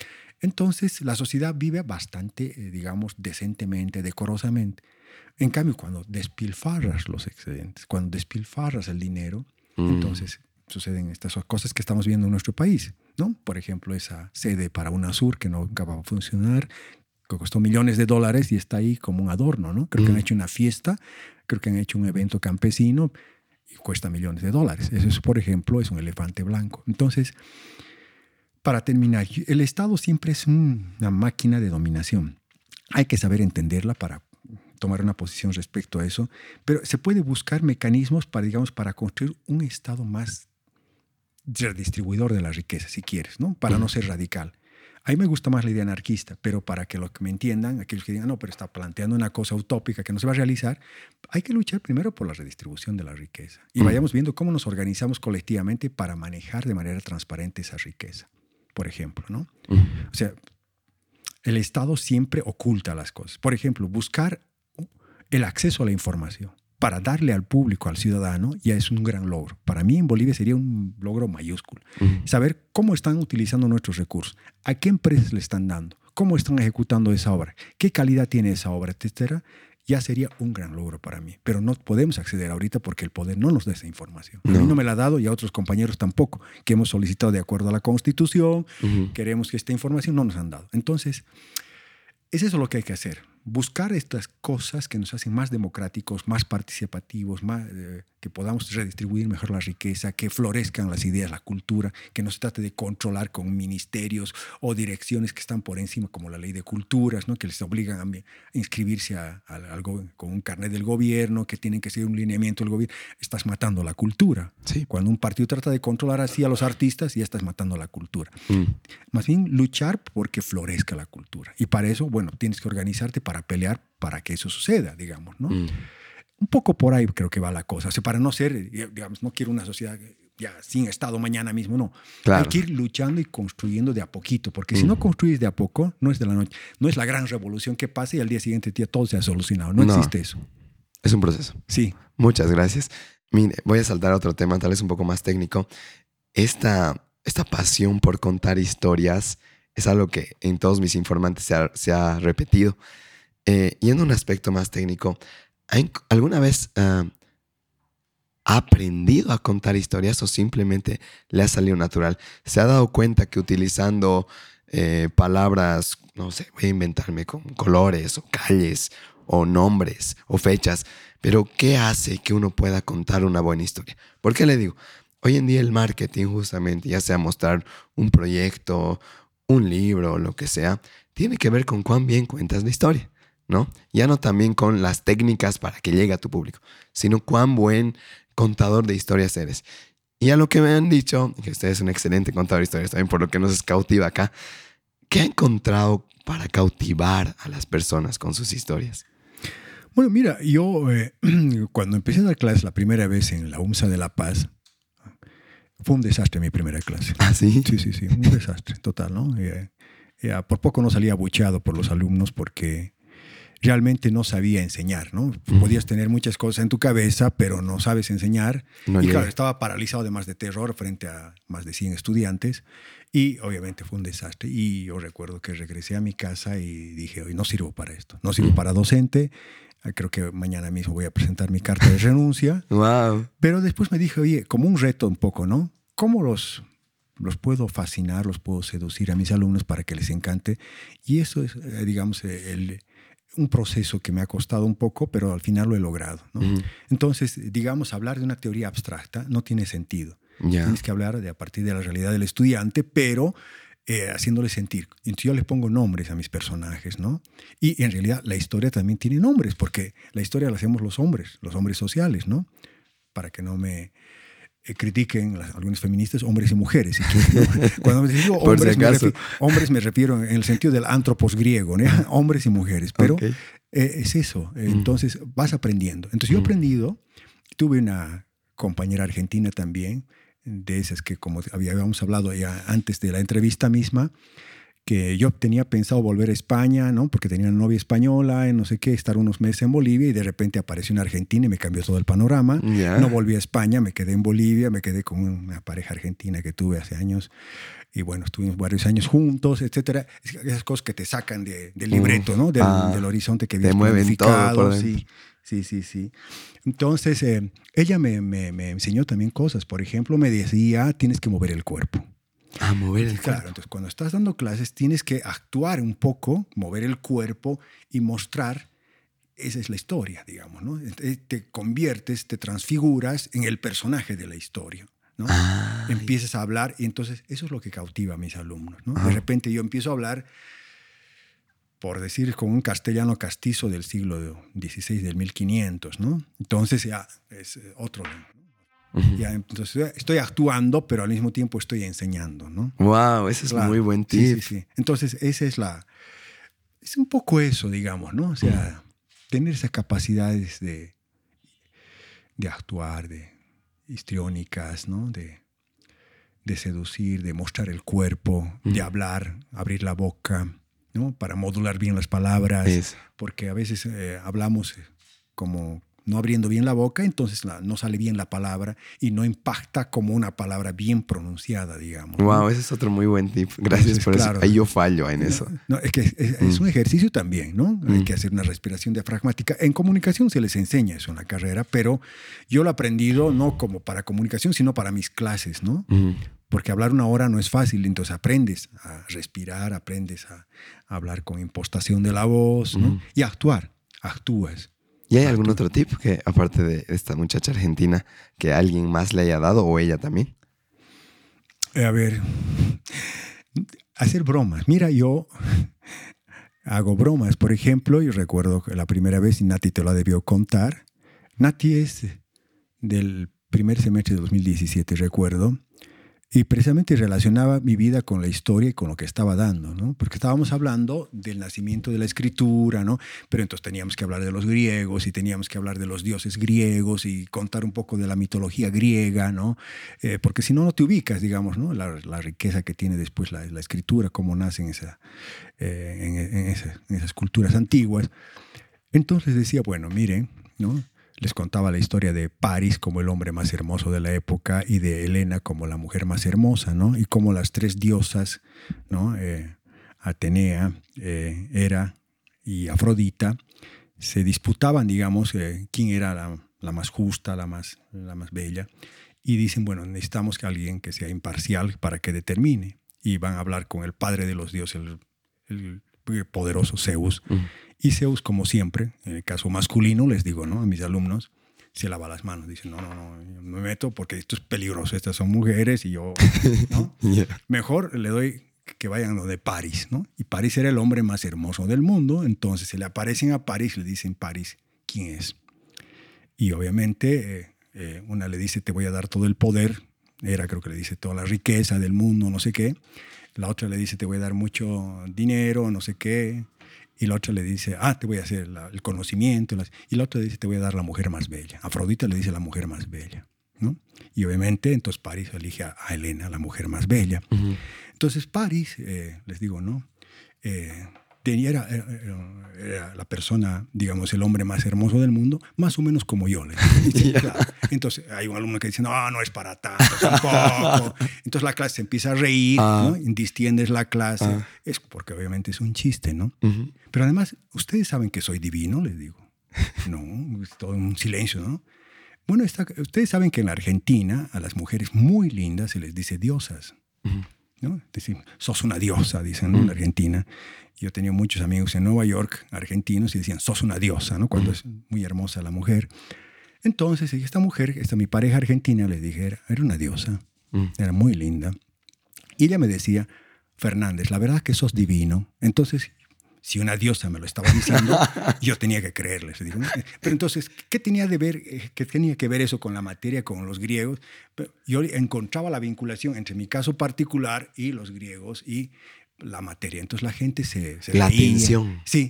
Entonces la sociedad vive bastante, eh, digamos, decentemente, decorosamente. En cambio, cuando despilfarras los excedentes, cuando despilfarras el dinero, mm. entonces suceden estas cosas que estamos viendo en nuestro país, ¿no? Por ejemplo, esa sede para UNASUR que no acaba de funcionar, que costó millones de dólares y está ahí como un adorno, ¿no? Creo mm. que han hecho una fiesta, creo que han hecho un evento campesino y cuesta millones de dólares. Eso, por ejemplo, es un elefante blanco. Entonces, para terminar, el Estado siempre es un, una máquina de dominación. Hay que saber entenderla para tomar una posición respecto a eso, pero se puede buscar mecanismos para, digamos, para construir un Estado más redistribuidor de la riqueza, si quieres, ¿no? Para no ser radical. A mí me gusta más la idea anarquista, pero para que lo que me entiendan, aquellos que digan, no, pero está planteando una cosa utópica que no se va a realizar, hay que luchar primero por la redistribución de la riqueza. Y vayamos viendo cómo nos organizamos colectivamente para manejar de manera transparente esa riqueza, por ejemplo, ¿no? Uh-huh. O sea, el Estado siempre oculta las cosas. Por ejemplo, buscar el acceso a la información para darle al público, al ciudadano, ya es un gran logro. Para mí en Bolivia sería un logro mayúsculo. Uh-huh. Saber cómo están utilizando nuestros recursos, a qué empresas le están dando, cómo están ejecutando esa obra, qué calidad tiene esa obra, etcétera, ya sería un gran logro para mí. Pero no podemos acceder ahorita porque el poder no nos da esa información. No. A mí no me la ha dado y a otros compañeros tampoco, que hemos solicitado de acuerdo a la Constitución, uh-huh. queremos que esta información no nos han dado. Entonces, es eso lo que hay que hacer. Buscar estas cosas que nos hacen más democráticos, más participativos, más, eh, que podamos redistribuir mejor la riqueza, que florezcan las ideas, la cultura, que no se trate de controlar con ministerios o direcciones que están por encima, como la ley de culturas, ¿no? Que les obligan a, a inscribirse a, a, a algo, con un carnet del gobierno, que tienen que seguir un lineamiento del gobierno. Estás matando la cultura. Sí. Cuando un partido trata de controlar así a los artistas, ya estás matando la cultura. Mm. Más bien luchar porque florezca la cultura. Y para eso, bueno, tienes que organizarte para para pelear para que eso suceda, digamos, ¿no? Mm. Un poco por ahí creo que va la cosa. O sea, para no ser, digamos, no quiero una sociedad ya sin Estado mañana mismo, no. Claro. Hay que ir luchando y construyendo de a poquito, porque mm. si no construyes de a poco, no es de la noche. No es la gran revolución que pasa y al día siguiente día todo se ha solucionado. No, no existe eso. Es un proceso. Sí. Muchas gracias. Mire, voy a saltar a otro tema, tal vez un poco más técnico. Esta, esta pasión por contar historias es algo que en todos mis informantes se ha, se ha repetido. Eh, yendo a un aspecto más técnico, ¿alguna vez uh, ha aprendido a contar historias o simplemente le ha salido natural? ¿Se ha dado cuenta que utilizando eh, palabras, no sé, voy a inventarme con colores o calles o nombres o fechas, pero qué hace que uno pueda contar una buena historia? ¿Por qué le digo? Hoy en día el marketing justamente, ya sea mostrar un proyecto, un libro o lo que sea, tiene que ver con cuán bien cuentas la historia, ¿no? Ya no también con las técnicas para que llegue a tu público, sino cuán buen contador de historias eres. Y a lo que me han dicho, que usted es un excelente contador de historias, también por lo que nos cautiva acá, ¿qué ha encontrado para cautivar a las personas con sus historias? Bueno, mira, yo eh, cuando empecé a dar clases la primera vez en la UMSA de La Paz, fue un desastre mi primera clase. ¿Ah, sí? Sí, sí, sí, un desastre total, ¿no? Eh, eh, por poco no salía abucheado por los alumnos porque realmente no sabía enseñar, ¿no? Uh-huh. Podías tener muchas cosas en tu cabeza, pero no sabes enseñar. No y llega. Claro, estaba paralizado además de terror frente a más de cien estudiantes y obviamente fue un desastre. Y yo recuerdo que regresé a mi casa y dije, hoy no sirvo para esto, no sirvo uh-huh. para docente. Creo que mañana mismo voy a presentar mi carta de renuncia. Wow. Pero después me dije, oye, como un reto un poco, ¿no? ¿Cómo los, los puedo fascinar, los puedo seducir a mis alumnos para que les encante? Y eso es, digamos, el, un proceso que me ha costado un poco, pero al final lo he logrado, ¿no? Uh-huh. Entonces, digamos, hablar de una teoría abstracta no tiene sentido. Yeah. Tienes que hablar de, a partir de la realidad del estudiante, pero Eh, haciéndole sentir. Entonces yo les pongo nombres a mis personajes, ¿no? Y en realidad la historia también tiene nombres, porque la historia la hacemos los hombres, los hombres sociales, ¿no? Para que no me eh, critiquen las, algunos feministas, hombres y mujeres. Y que, cuando me digo hombres, si me refiero, hombres me refiero en el sentido del antropos griego, ¿no? Hombres y mujeres, pero okay. eh, es eso. Eh, mm. Entonces vas aprendiendo. Entonces yo he aprendido, tuve una compañera argentina también, de esas que como habíamos hablado ya antes de la entrevista misma, que yo tenía pensado volver a España, ¿no? Porque tenía una novia española, y no sé qué, estar unos meses en Bolivia y de repente apareció una Argentina y me cambió todo el panorama. Yeah. No volví a España, me quedé en Bolivia, me quedé con una pareja argentina que tuve hace años y bueno, estuvimos varios años juntos, etcétera. Esas cosas que te sacan de, del libreto, ¿no? Del, ah, del horizonte que habías te mueven planificado. todo por sí, sí, sí, sí. Entonces, eh, ella me, me, me enseñó también cosas. Por ejemplo, me decía, tienes que mover el cuerpo. A mover el Claro, cuerpo. entonces cuando estás dando clases tienes que actuar un poco, mover el cuerpo y mostrar, esa es la historia, digamos, ¿no? Te conviertes, te transfiguras en el personaje de la historia, ¿no? Ah, Empiezas a hablar y entonces eso es lo que cautiva a mis alumnos, ¿no? Ajá. De repente yo empiezo a hablar, por decir, con un castellano castizo del siglo dieciséis, del mil quinientos, ¿no? Entonces ya es otro, ¿no? Uh-huh. Ya, entonces estoy actuando, pero al mismo tiempo estoy enseñando, ¿no? Wow, ese es Claro. muy buen tip. Sí, sí, sí. Entonces, esa es la... Es un poco eso, digamos, ¿no? O sea, uh-huh. tener esas capacidades de, de actuar, de histriónicas, ¿no? De, de seducir, de mostrar el cuerpo, uh-huh. de hablar, abrir la boca, ¿no? Para modular bien las palabras. Es. Porque a veces eh, hablamos como... no abriendo bien la boca, entonces la, no sale bien la palabra y no impacta como una palabra bien pronunciada, digamos. Wow, ¿no? ese es otro muy buen tip. Gracias Entonces, por claro, eso. Ahí yo fallo en eso. No, es que es, es, mm. es un ejercicio también, ¿no? Mm. Hay que hacer una respiración diafragmática. En comunicación se les enseña eso en la carrera, pero yo lo he aprendido no como para comunicación, sino para mis clases, ¿no? Mm. Porque hablar una hora no es fácil, entonces aprendes a respirar, aprendes a, a hablar con impostación de la voz, ¿no? Mm. Y a actuar, actúas. ¿Y hay algún otro tip que, aparte de esta muchacha argentina, que alguien más le haya dado o ella también? A ver, hacer bromas. Mira, yo hago bromas. Por ejemplo, yo recuerdo que la primera vez, y Nati te lo debió contar, Nati es del primer semestre de dos mil diecisiete, recuerdo, y precisamente relacionaba mi vida con la historia y con lo que estaba dando, ¿no? Porque estábamos hablando del nacimiento de la escritura, ¿no? Pero entonces teníamos que hablar de los griegos y teníamos que hablar de los dioses griegos y contar un poco de la mitología griega, ¿no? Eh, porque si no, no te ubicas, digamos, ¿no? La, la riqueza que tiene después la, la escritura, cómo nace en, esa, eh, en, en, esa, en esas culturas antiguas. Entonces decía, bueno, miren, ¿no? Les contaba la historia de Paris como el hombre más hermoso de la época y de Helena como la mujer más hermosa, ¿no? Y cómo las tres diosas, ¿no? Eh, Atenea, eh, Hera y Afrodita, se disputaban, digamos, eh, quién era la, la más justa, la más, la más bella. Y dicen, bueno, necesitamos que alguien que sea imparcial para que determine. Y van a hablar con el padre de los dioses, el, el poderoso Zeus. Uh-huh. Y Zeus, como siempre, en el caso masculino, les digo, ¿no? A mis alumnos, se lava las manos. Dicen, no, no, no, no me meto porque esto es peligroso. Estas son mujeres y yo, ¿no? Yeah. Mejor le doy que vayan lo de París, ¿no? Y París era el hombre más hermoso del mundo. Entonces se le aparecen a París y le dicen, París, ¿quién es? Y obviamente eh, eh, una le dice, te voy a dar todo el poder. Era, creo que le dice, toda la riqueza del mundo, no sé qué. La otra le dice, te voy a dar mucho dinero, no sé qué. Y la otra le dice, ah, te voy a hacer la, el conocimiento. Las, y la otra le dice, te voy a dar la mujer más bella. Afrodita le dice la mujer más bella, ¿no? Y obviamente, entonces París elige a, a Helena, la mujer más bella. Uh-huh. Entonces París, eh, les digo, ¿no? Eh, era, era, era la persona, digamos, el hombre más hermoso del mundo, más o menos como yo. Dice, yeah. Claro. Entonces hay un alumno que dice, no, no es para tanto, tampoco. Entonces la clase se empieza a reír, ah. ¿no? Distiendes la clase. Ah. Es porque obviamente es un chiste, ¿no? Uh-huh. Pero además, ustedes saben que soy divino, les digo. No, es todo un silencio, ¿no? Bueno, está, ustedes saben que en la Argentina a las mujeres muy lindas se les dice diosas. Uh-huh. ¿No? Decir, sos una diosa, dicen, ¿no? En Argentina. Yo tenía muchos amigos en Nueva York, argentinos, y decían, sos una diosa, ¿no? Cuando es muy hermosa la mujer. Entonces, esta mujer, esta mi pareja argentina, le dije, era, era una diosa, mm. era muy linda. Y ella me decía, Fernández, la verdad es que sos divino. Entonces, si una diosa me lo estaba diciendo, yo tenía que creerle. Pero entonces, ¿qué tenía, de ver, ¿qué tenía que ver eso con la materia, con los griegos? Yo encontraba la vinculación entre mi caso particular y los griegos y la materia. Entonces la gente se, se La reía. atención. Sí.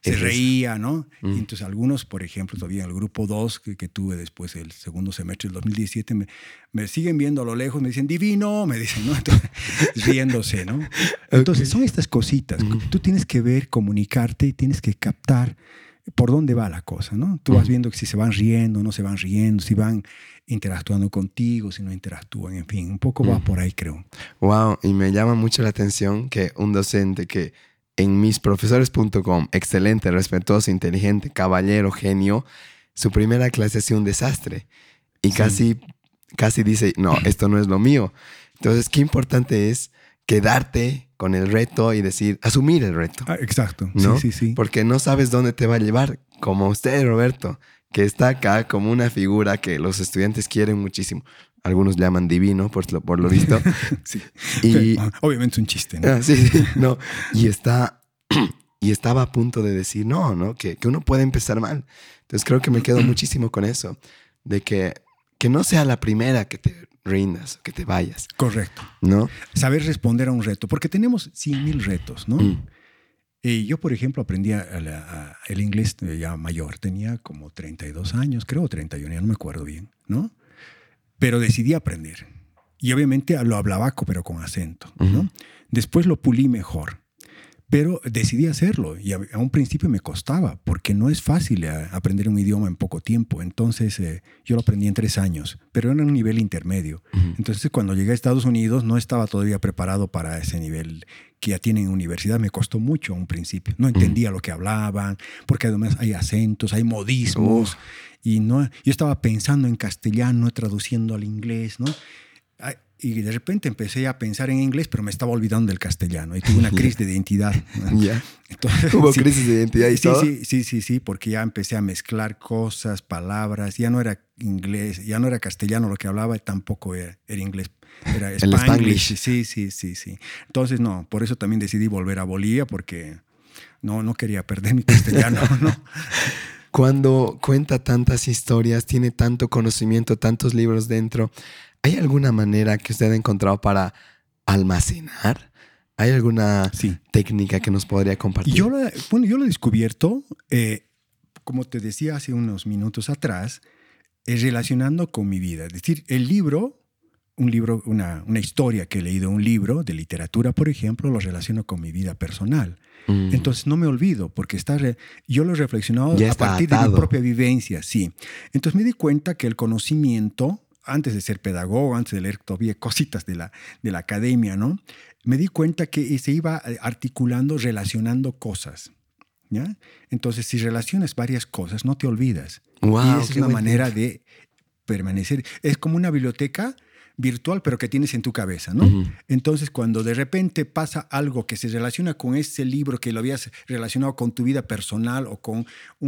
se es reía, ¿no? Mm. Y entonces algunos, por ejemplo, todavía en el grupo dos que, que tuve después del segundo semestre del dos mil diecisiete, me, me siguen viendo a lo lejos, me dicen, divino, me dicen, ¿no? Entonces, riéndose, ¿no? Entonces Okay. son estas cositas. Mm. Tú tienes que ver, comunicarte y tienes que captar por dónde va la cosa, ¿no? Tú vas Mm. viendo que si se van riendo, no se van riendo, si van interactuando contigo, si no interactúan, en fin, un poco va Mm. por ahí, creo. Wow, y me llama mucho la atención que un docente que en mis profesores punto com, excelente, respetuoso, inteligente, caballero, genio, su primera clase ha sido un desastre. Y Sí. casi, casi dice, no, esto no es lo mío. Entonces, qué importante es quedarte con el reto y decir, asumir el reto. Ah, exacto, ¿No? sí, sí, sí. Porque no sabes dónde te va a llevar, como usted, Roberto, que está acá como una figura que los estudiantes quieren muchísimo. Algunos llaman divino, por lo, por lo visto. Sí. Y, Obviamente es un chiste, ¿no? ah, sí, sí, no. Y, está, y estaba a punto de decir, no, ¿no? Que, que uno puede empezar mal. Entonces creo que me quedo muchísimo con eso, de que, que no sea la primera que te rindas, que te vayas. Correcto. ¿No? Saber responder a un reto, porque tenemos cien mil retos, ¿no? Mm. Y yo, por ejemplo, aprendí a la, a el inglés ya mayor. Tenía como treinta y dos años, creo, treinta y uno, ya no me acuerdo bien, ¿no? Pero decidí aprender. Y obviamente lo hablaba, pero con acento, ¿no? Uh-huh. Después lo pulí mejor. Pero decidí hacerlo y a, a un principio me costaba porque no es fácil a, aprender un idioma en poco tiempo. Entonces eh, yo lo aprendí en tres años, pero era un nivel intermedio. Uh-huh. Entonces cuando llegué a Estados Unidos no estaba todavía preparado para ese nivel que ya tienen en universidad. Me costó mucho a un principio. No entendía uh-huh. lo que hablaban porque además hay acentos, hay modismos. Uh. Y no, yo estaba pensando en castellano, traduciendo al inglés, ¿no? Y de repente empecé a pensar en inglés, pero me estaba olvidando del castellano. Y tuve una crisis de identidad. Yeah. Entonces, ¿hubo sí, crisis de identidad y sí, todo? Sí, sí, sí, sí, porque ya empecé a mezclar cosas, palabras. Ya no era inglés, ya no era castellano lo que hablaba, tampoco era, era inglés. Era el Spanglish. Sí, sí, sí, sí. Entonces, no, por eso también decidí volver a Bolivia, porque no, no quería perder mi castellano, ¿no? Cuando cuenta tantas historias, tiene tanto conocimiento, tantos libros dentro, ¿hay alguna manera que usted ha encontrado para almacenar? ¿Hay alguna sí. técnica que nos podría compartir? Yo lo, bueno, yo lo he descubierto, eh, como te decía hace unos minutos atrás, eh, relacionando con mi vida. Es decir, el libro, un libro, una, una historia que he leído, un libro de literatura, por ejemplo, lo relaciono con mi vida personal. Mm. Entonces no me olvido, porque está re, yo lo he reflexionado ya a partir atado. de mi propia vivencia. Sí. Entonces me di cuenta que el conocimiento, antes de ser pedagogo, antes de leer todavía cositas de la, de la academia, ¿no? Me di cuenta que se iba articulando, relacionando cosas, ¿ya? Entonces, si relacionas varias cosas, no te olvidas. Wow, y esa es una manera tiempo. de permanecer. Es como una biblioteca virtual, pero que tienes en tu cabeza, ¿no? Uh-huh. Entonces, cuando de repente pasa algo que se relaciona con ese libro que lo habías relacionado con tu vida personal o con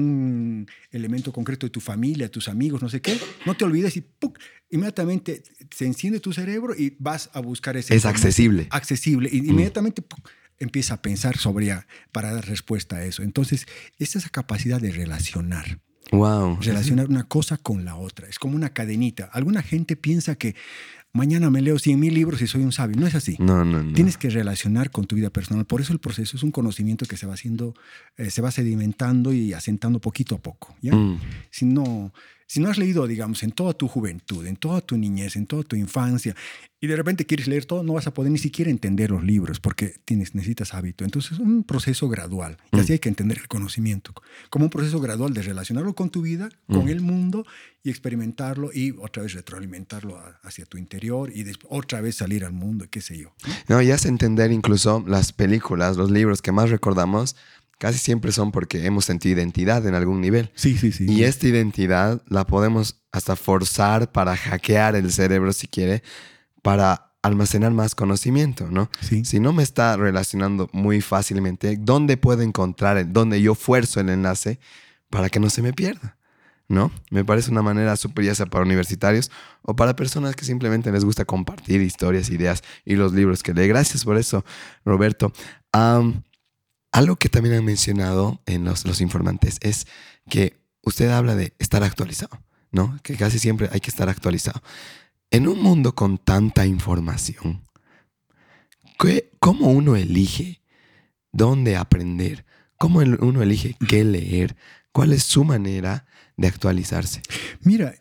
un elemento concreto de tu familia, tus amigos, no sé qué, no te olvides y ¡puc! Inmediatamente se enciende tu cerebro y vas a buscar ese... Es accesible. Accesible. Y inmediatamente ¡puc! Empieza a pensar sobre, para dar respuesta a eso. Entonces, es esa capacidad de relacionar. Wow. Relacionar una cosa con la otra. Es como una cadenita. Alguna gente piensa que mañana me leo cien mil libros y soy un sabio. No es así. No, no, no. Tienes que relacionar con tu vida personal. Por eso el proceso es un conocimiento que se va haciendo, eh, se va sedimentando y asentando poquito a poco. ¿Ya? Mm. Si no, si no has leído, digamos, en toda tu juventud, en toda tu niñez, en toda tu infancia, y de repente quieres leer todo, no vas a poder ni siquiera entender los libros porque tienes, necesitas hábito. Entonces es un proceso gradual. Y así mm. hay que entender el conocimiento. Como un proceso gradual de relacionarlo con tu vida, con mm. el mundo, y experimentarlo y otra vez retroalimentarlo hacia tu interior y después otra vez salir al mundo, qué sé yo. No, y hace entender incluso las películas, los libros que más recordamos, casi siempre son porque hemos sentido identidad en algún nivel. Sí, sí, sí. Y sí. esta identidad la podemos hasta forzar para hackear el cerebro, si quiere, para almacenar más conocimiento, ¿no? Sí. Si no me está relacionando muy fácilmente, ¿dónde puedo encontrar, dónde yo fuerzo el enlace para que no se me pierda? ¿No? Me parece una manera súper, ya sea para universitarios o para personas que simplemente les gusta compartir historias, ideas y los libros que lee. Gracias por eso, Roberto. Um, algo que también han mencionado en los, los informantes es que usted habla de estar actualizado, ¿no? Que casi siempre hay que estar actualizado. En un mundo con tanta información, ¿qué, ¿cómo uno elige dónde aprender? ¿Cómo el- uno elige qué leer? ¿Cuál es su manera de actualizarse? Mira,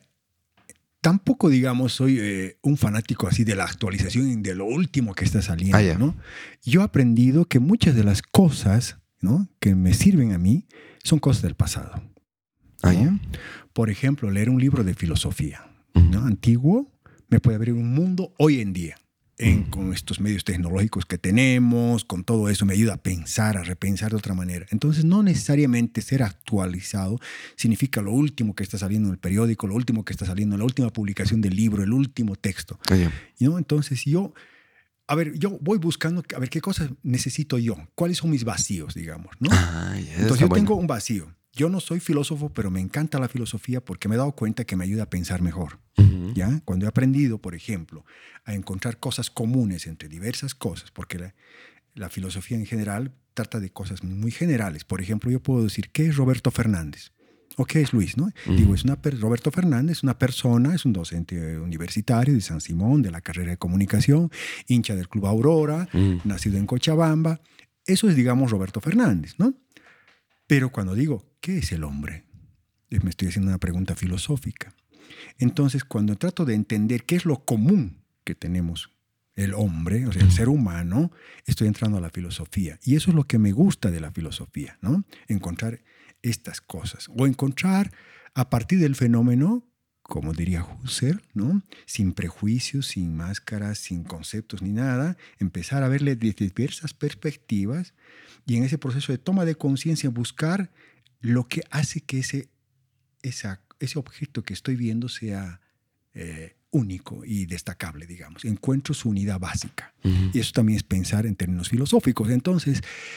tampoco, digamos, soy eh, un fanático así de la actualización y de lo último que está saliendo, Ah, ya. ¿no? Yo he aprendido que muchas de las cosas, ¿no?, que me sirven a mí son cosas del pasado. Ah, ¿no? ya. Por ejemplo, leer un libro de filosofía, Ujú. ¿no?, antiguo me puede abrir un mundo hoy en día. En, Ujú. con estos medios tecnológicos que tenemos, con todo eso, me ayuda a pensar, a repensar de otra manera. Entonces, no necesariamente ser actualizado significa lo último que está saliendo en el periódico, lo último que está saliendo en la última publicación del libro, el último texto. Ah, ya. ¿no? Entonces, yo, a ver, yo voy buscando, a ver, qué cosas necesito yo, cuáles son mis vacíos, digamos, ¿no? Ah, ya. Eso Entonces, está yo bueno. tengo un vacío. Yo no soy filósofo, pero me encanta la filosofía porque me he dado cuenta que me ayuda a pensar mejor. Ujú. ¿Ya? Cuando he aprendido, por ejemplo, a encontrar cosas comunes entre diversas cosas, porque la, la filosofía en general trata de cosas muy generales. Por ejemplo, yo puedo decir, ¿qué es Roberto Fernández? ¿O qué es Luis? ¿no? Ujú. Digo, es una per- Roberto Fernández es una persona, es un docente universitario de San Simón, de la carrera de comunicación, hincha del Club Aurora, Mm. nacido en Cochabamba. Eso es, digamos, Roberto Fernández, ¿no? Pero cuando digo, ¿qué es el hombre? Me estoy haciendo una pregunta filosófica. Entonces, cuando trato de entender qué es lo común que tenemos el hombre, o sea, el ser humano, estoy entrando a la filosofía. Y eso es lo que me gusta de la filosofía, ¿no? Encontrar estas cosas. O encontrar a partir del fenómeno, como diría Husserl, ¿no?, sin prejuicios, sin máscaras, sin conceptos ni nada, empezar a verle desde diversas perspectivas y en ese proceso de toma de conciencia buscar lo que hace que ese, esa, ese objeto que estoy viendo sea eh, único y destacable, digamos. Encuentro su unidad básica. Ujú. Y eso también es pensar en términos filosóficos. Entonces,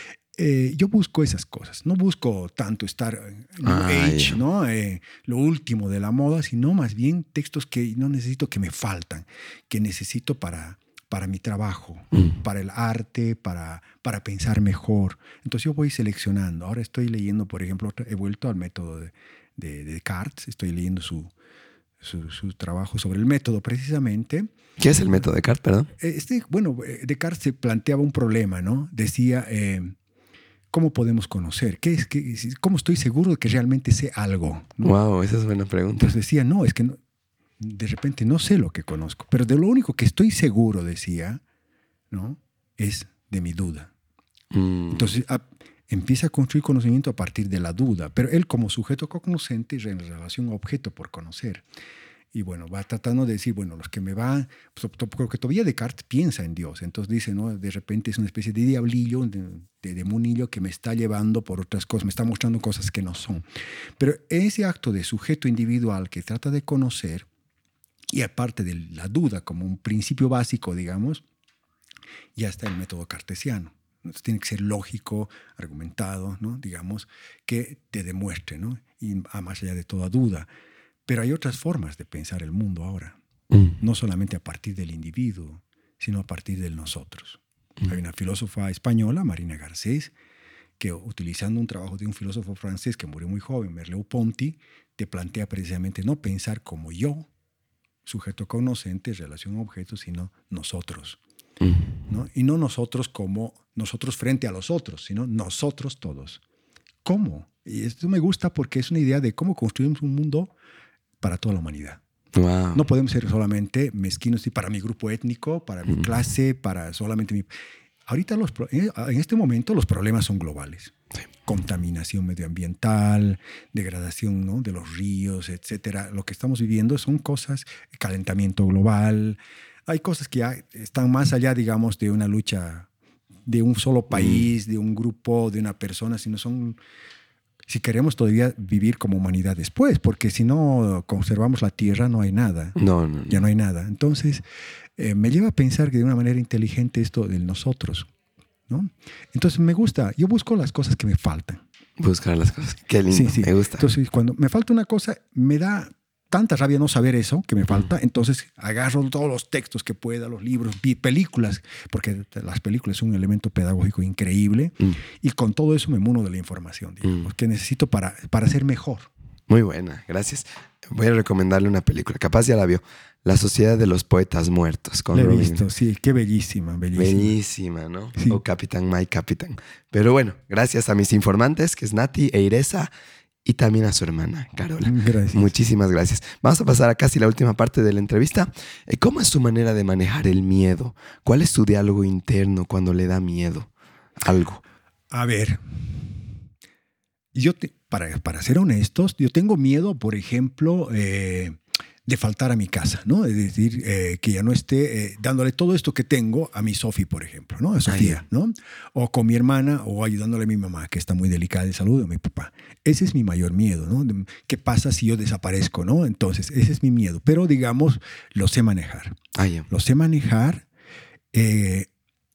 eh, yo busco esas cosas. No busco tanto estar en New Ah, Age, ya. ¿no? Eh, lo último de la moda, sino más bien textos que no necesito, que me faltan, que necesito para, para mi trabajo, Mm. para el arte, para, para pensar mejor. Entonces yo voy seleccionando. Ahora estoy leyendo, por ejemplo, he vuelto al método de, de, de Descartes. Estoy leyendo su, su, su trabajo sobre el método precisamente. ¿Qué es el método de Descartes, perdón? Este, bueno, Descartes se planteaba un problema, ¿no? Decía, eh, ¿cómo podemos conocer? ¿Qué es, qué, ¿Cómo estoy seguro de que realmente sé algo? ¿no? Wow, esa es buena pregunta. Entonces decía, no, es que no, de repente no sé lo que conozco, pero de lo único que estoy seguro, decía, ¿no?, es de mi duda. Mm. Entonces a, empieza a construir conocimiento a partir de la duda, pero él como sujeto cognoscente en relación a objeto por conocer. Y bueno, va tratando de decir, bueno, los que me van, pues, porque todavía Descartes piensa en Dios. Entonces dice, ¿no?, de repente es una especie de diablillo, de, de demonillo que me está llevando por otras cosas, me está mostrando cosas que no son. Pero ese acto de sujeto individual que trata de conocer, y aparte de la duda como un principio básico, digamos, ya está el método cartesiano. Entonces, tiene que ser lógico, argumentado, ¿no?, digamos, que te demuestre, ¿no?, y a más allá de toda duda. Pero hay otras formas de pensar el mundo ahora, Mm. no solamente a partir del individuo, sino a partir del nosotros. Mm. Hay una filósofa española, Marina Garcés, que utilizando un trabajo de un filósofo francés que murió muy joven, Merleau-Ponty, te plantea precisamente no pensar como yo, sujeto cognoscente, relación a objetos, sino nosotros. Mm. ¿no? Y no nosotros como nosotros frente a los otros, sino nosotros todos. ¿Cómo? Y esto me gusta porque es una idea de cómo construimos un mundo para toda la humanidad. Wow. No podemos ser solamente mezquinos y para mi grupo étnico, para mi Mm. clase, para solamente mi... Ahorita, los, en este momento, los problemas son globales. Sí. Contaminación medioambiental, degradación, ¿no?, de los ríos, etcétera. Lo que estamos viviendo son cosas, calentamiento global. Hay cosas que ya están más allá, digamos, de una lucha de un solo país, mm. de un grupo, de una persona, sino son... Si queremos todavía vivir como humanidad después, porque si no conservamos la tierra no hay nada. No, no, no. Ya no hay nada. Entonces, eh, me lleva a pensar que de una manera inteligente esto del nosotros, ¿no? Entonces, me gusta. Yo busco las cosas que me faltan. Buscar las cosas. Qué lindo. Sí, sí. Me gusta. Entonces, cuando me falta una cosa, me da tanta rabia no saber eso que me falta. Entonces, agarro todos los textos que pueda, los libros, películas, porque las películas son un elemento pedagógico increíble. Mm. Y con todo eso me muno de la información, digamos, mm. que necesito para, para ser mejor. Muy buena, gracias. Voy a recomendarle una película. Capaz ya la vio. La Sociedad de los Poetas Muertos. Con La he Robin. visto, sí, qué bellísima, bellísima. Bellísima, ¿no? Sí. O Capitán My Capitán. Pero bueno, gracias a mis informantes, que es Nati e Iresa, y también a su hermana, Carola. Gracias. Muchísimas gracias. Vamos a pasar a casi la última parte de la entrevista. ¿Cómo es su manera de manejar el miedo? ¿Cuál es su diálogo interno cuando le da miedo algo? A ver, yo te, para, para ser honestos, yo tengo miedo, por ejemplo, eh, de faltar a mi casa, ¿no? Es decir, eh, que ya no esté eh, dándole todo esto que tengo a mi Sofi, por ejemplo, ¿no? A Sofía, Ay. ¿no? O con mi hermana, o ayudándole a mi mamá, que está muy delicada de salud, o a mi papá. Ese es mi mayor miedo, ¿no? ¿Qué pasa si yo desaparezco, no? Entonces, ese es mi miedo. Pero, digamos, lo sé manejar. Ay. Lo sé manejar, eh,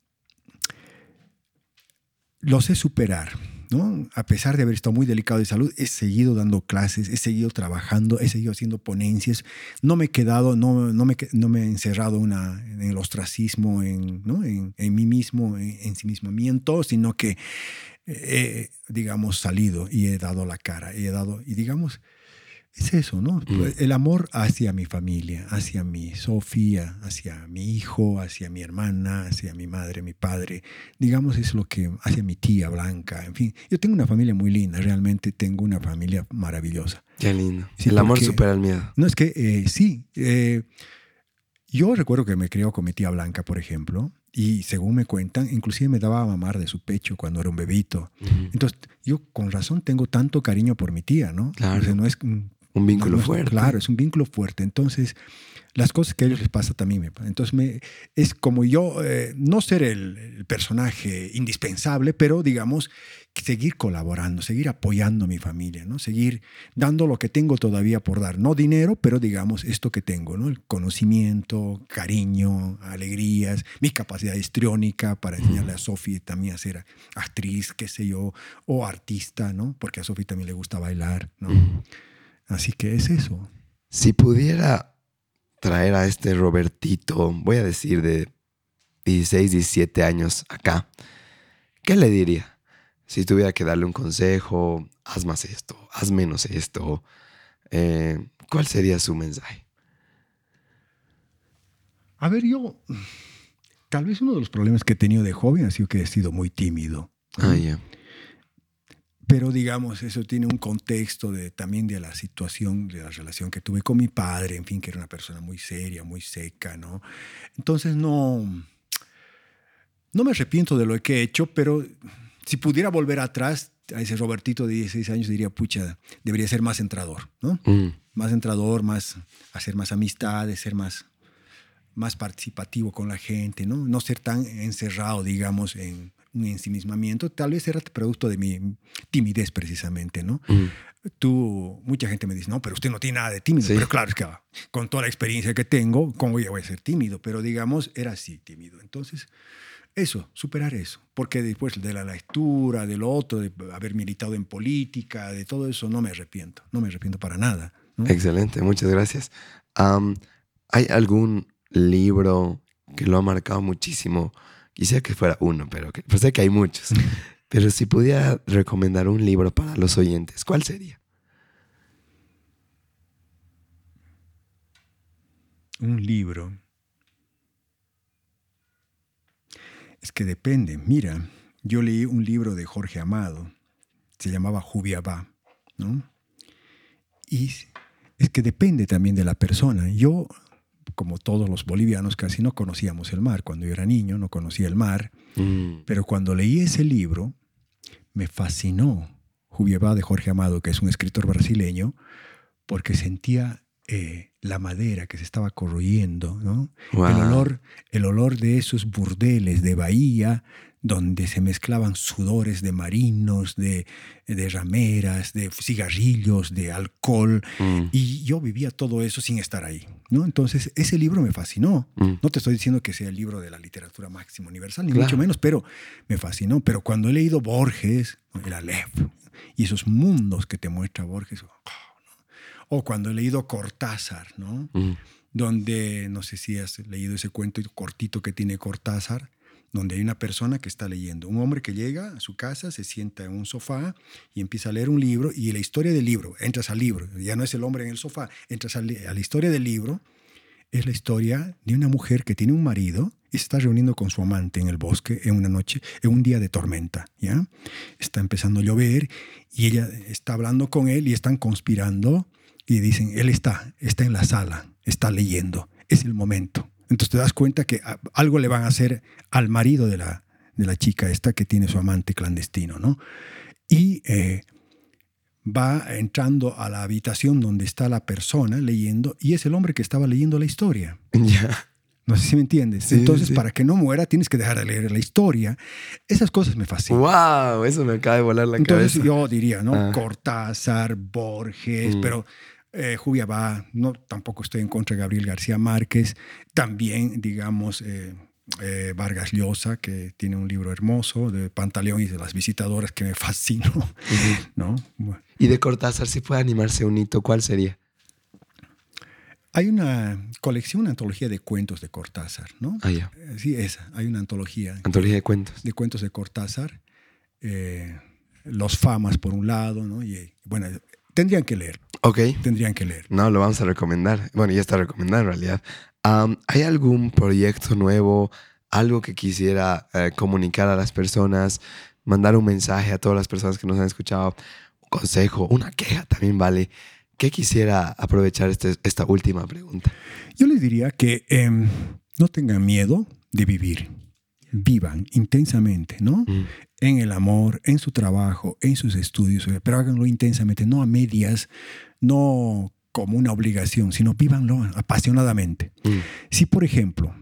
lo sé superar, ¿no? A pesar de haber estado muy delicado de salud, he seguido dando clases, he seguido trabajando, he seguido haciendo ponencias. No me he quedado, no, no, me, no me he encerrado una, en el ostracismo, en, ¿no? en, en mí mismo, en ensimismamiento, sino que he, digamos, salido y he dado la cara. Y he dado, y digamos, es eso, ¿no? Mm. El amor hacia mi familia, hacia mi Sofía, hacia mi hijo, hacia mi hermana, hacia mi madre, mi padre. Digamos, es lo que, hacia mi tía Blanca, en fin. Yo tengo una familia muy linda, realmente tengo una familia maravillosa. Qué lindo. Sí, el amor supera el miedo. No, es que eh, sí. Eh, yo recuerdo que me crió con mi tía Blanca, por ejemplo, y según me cuentan, inclusive me daba a mamar de su pecho cuando era un bebito. Uh-huh. Entonces, yo con razón tengo tanto cariño por mi tía, ¿no? Claro. O sea, no es... Un vínculo no, no, fuerte. Claro, es un vínculo fuerte. Entonces, las cosas que a ellos les pasa también me pasan. Entonces, me, es como yo, eh, no ser el, el personaje indispensable, pero digamos, seguir colaborando, seguir apoyando a mi familia, ¿no? Seguir dando lo que tengo todavía por dar. No dinero, pero digamos, esto que tengo, ¿no? El conocimiento, cariño, alegrías, mi capacidad histriónica para enseñarle a Sofi también a ser actriz, qué sé yo, o artista, ¿no? Porque a Sofi también le gusta bailar, ¿no? Uh-huh. Así que es eso. Si pudiera traer a este Robertito, voy a decir de dieciséis, diecisiete años acá, ¿qué le diría? Si tuviera que darle un consejo, haz más esto, haz menos esto, eh, ¿cuál sería su mensaje? A ver, yo, tal vez uno de los problemas que he tenido de joven ha sido que he sido muy tímido. Ah, ya. Yeah. Pero digamos, eso tiene un contexto de, también de la situación, de la relación que tuve con mi padre, en fin, que era una persona muy seria, muy seca, ¿no? Entonces no, no me arrepiento de lo que he hecho, pero si pudiera volver atrás, a ese Robertito de dieciséis años diría, pucha, debería ser más entrador, ¿no? Mm. Más entrador, más, hacer más amistades, ser más, más participativo con la gente, ¿no? No ser tan encerrado, digamos, en un ensimismamiento. Tal vez era producto de mi timidez precisamente, ¿no? Mm. Tú, mucha gente me dice, no, pero usted no tiene nada de tímido. Sí. Pero claro, es que con toda la experiencia que tengo, ¿cómo voy a ser tímido? Pero digamos, era así tímido. Entonces, eso, superar eso. Porque después de la lectura, de lo otro, de haber militado en política, de todo eso, no me arrepiento. No me arrepiento para nada, ¿no? Excelente, muchas gracias. Um, ¿Hay algún libro que lo ha marcado muchísimo? Quisiera que fuera uno, pero, que, pero sé que hay muchos. Pero si pudiera recomendar un libro para los oyentes, ¿cuál sería? Un libro. Es que depende. Mira, yo leí un libro de Jorge Amado, se llamaba Jubiabá, ¿no? Y es que depende también de la persona. Yo, como todos los bolivianos, casi no conocíamos el mar. Cuando yo era niño no conocía el mar. Mm. Pero cuando leí ese libro, me fascinó Jubiabá de Jorge Amado, que es un escritor brasileño, porque sentía eh, la madera que se estaba corroyendo, ¿no? Wow. El olor, el olor de esos burdeles de Bahía, donde se mezclaban sudores de marinos, de, de rameras, de cigarrillos, de alcohol. Mm. Y yo vivía todo eso sin estar ahí, ¿no? Entonces, ese libro me fascinó. Mm. No te estoy diciendo que sea el libro de la literatura máxima universal, ni claro. mucho menos, pero me fascinó. Pero cuando he leído Borges, el Aleph, y esos mundos que te muestra Borges, oh, ¿no? O cuando he leído Cortázar, ¿no? Mm. Donde, no sé si has leído ese cuento cortito que tiene Cortázar, donde hay una persona que está leyendo. Un hombre que llega a su casa, se sienta en un sofá y empieza a leer un libro, y la historia del libro, entras al libro, ya no es el hombre en el sofá, entras a, la historia del libro, es la historia de una mujer que tiene un marido y se está reuniendo con su amante en el bosque en una noche, en un día de tormenta, ¿ya? Está empezando a llover y ella está hablando con él y están conspirando y dicen, él está, está en la sala, está leyendo, es el momento. Entonces te das cuenta que algo le van a hacer al marido de la, de la chica esta que tiene su amante clandestino, ¿no? Y eh, va entrando a la habitación donde está la persona leyendo y es el hombre que estaba leyendo la historia. Ya. Yeah. No sé si me entiendes. Sí, Entonces, sí. para que no muera, tienes que dejar de leer la historia. Esas cosas me fascinan. ¡Wow! Eso me acaba de volar la Entonces, cabeza. yo diría, ¿no? Ah. Cortázar, Borges, mm. pero eh, Juliá, no, tampoco estoy en contra de Gabriel García Márquez. También, digamos, eh, eh, Vargas Llosa, que tiene un libro hermoso de Pantaleón y de las visitadoras que me fascinó. Uh-huh. ¿No? Bueno. Y de Cortázar, si puede animarse un hito, ¿cuál sería? Hay una colección, una antología de cuentos de Cortázar, ¿no? Ah, ya. Sí, esa. Hay una antología. Antología de cuentos. De cuentos de Cortázar. Eh, los Famas, por un lado, ¿no? Y, bueno, tendrían que leer. Ok. Tendrían que leer. No, lo vamos a recomendar. Bueno, ya está recomendado en realidad. Um, ¿Hay algún proyecto nuevo, algo que quisiera eh, comunicar a las personas, mandar un mensaje a todas las personas que nos han escuchado, un consejo, una queja también vale? ¿Qué quisiera aprovechar este, esta última pregunta? Yo les diría que eh, no tengan miedo de vivir. Vivan intensamente, ¿no? Mm. En el amor, en su trabajo, en sus estudios, pero háganlo intensamente, no a medias, no como una obligación, sino vívanlo apasionadamente. Mm. Si, por ejemplo,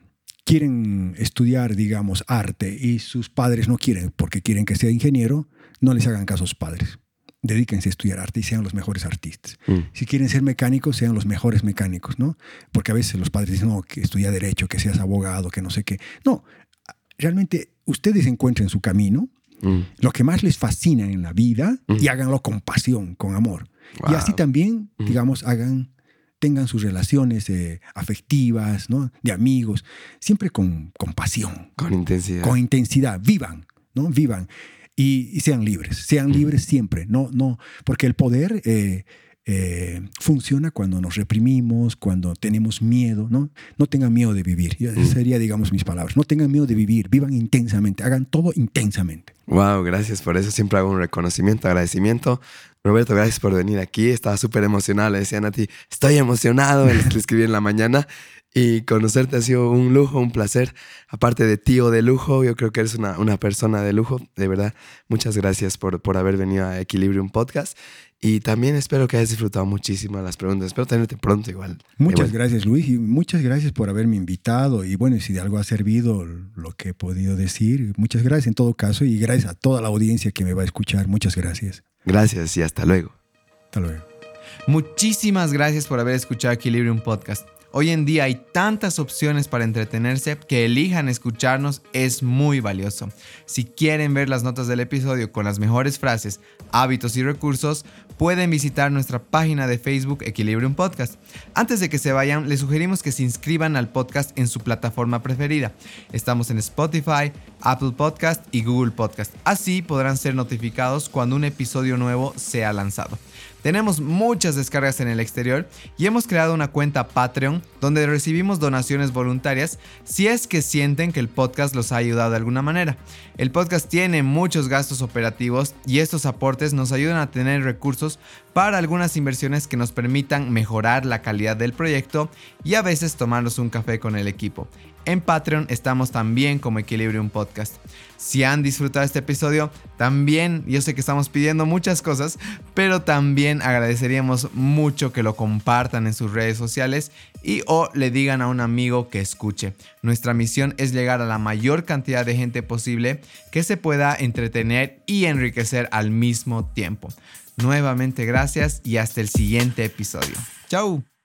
quieren estudiar, digamos, arte y sus padres no quieren porque quieren que sea ingeniero, no les hagan caso a sus padres. Dedíquense a estudiar arte y sean los mejores artistas. Mm. Si quieren ser mecánicos, sean los mejores mecánicos, ¿no? Porque a veces los padres dicen, no, que estudia derecho, que seas abogado, que no sé qué. No, realmente ustedes encuentren su camino, mm. lo que más les fascina en la vida mm. y háganlo con pasión, con amor. Wow. Y así también, mm. digamos, hagan, tengan sus relaciones eh, afectivas, ¿no? De amigos, siempre con, con pasión. Con intensidad. Con intensidad. Vivan, ¿no? Vivan. Y, y sean libres, sean libres siempre, no, no, porque el poder eh, eh, funciona cuando nos reprimimos, cuando tenemos miedo, ¿no? No tengan miedo de vivir, esas serían, digamos, mis palabras, no tengan miedo de vivir, vivan intensamente, hagan todo intensamente. Wow, gracias por eso, siempre hago un reconocimiento, agradecimiento. Roberto, gracias por venir aquí, estaba súper emocionado, le decían a ti, estoy emocionado, le escribí en la mañana. Y conocerte ha sido un lujo, un placer. Aparte de tío de lujo, yo creo que eres una, una persona de lujo. De verdad, muchas gracias por, por haber venido a Equilibrium Podcast. Y también espero que hayas disfrutado muchísimo las preguntas. Espero tenerte pronto igual. Muchas gracias, Luis. Y muchas gracias por haberme invitado. Y bueno, si de algo ha servido lo que he podido decir, muchas gracias en todo caso. Y gracias a toda la audiencia que me va a escuchar. Muchas gracias. Gracias y hasta luego. Hasta luego. Muchísimas gracias por haber escuchado Equilibrium Podcast. Hoy en día hay tantas opciones para entretenerse que elijan escucharnos es muy valioso. Si quieren ver las notas del episodio con las mejores frases, hábitos y recursos, pueden visitar nuestra página de Facebook Equilibrium Podcast. Antes de que se vayan, les sugerimos que se inscriban al podcast en su plataforma preferida. Estamos en Spotify, Apple Podcast y Google Podcast. Así podrán ser notificados cuando un episodio nuevo sea lanzado. Tenemos muchas descargas en el exterior y hemos creado una cuenta Patreon donde recibimos donaciones voluntarias si es que sienten que el podcast los ha ayudado de alguna manera. El podcast tiene muchos gastos operativos y estos aportes nos ayudan a tener recursos para algunas inversiones que nos permitan mejorar la calidad del proyecto y a veces tomarnos un café con el equipo. En Patreon estamos también como Equilibrium Podcast. Si han disfrutado este episodio, también, yo sé que estamos pidiendo muchas cosas, pero también agradeceríamos mucho que lo compartan en sus redes sociales y o le digan a un amigo que escuche. Nuestra misión es llegar a la mayor cantidad de gente posible que se pueda entretener y enriquecer al mismo tiempo. Nuevamente gracias y hasta el siguiente episodio. ¡Chao!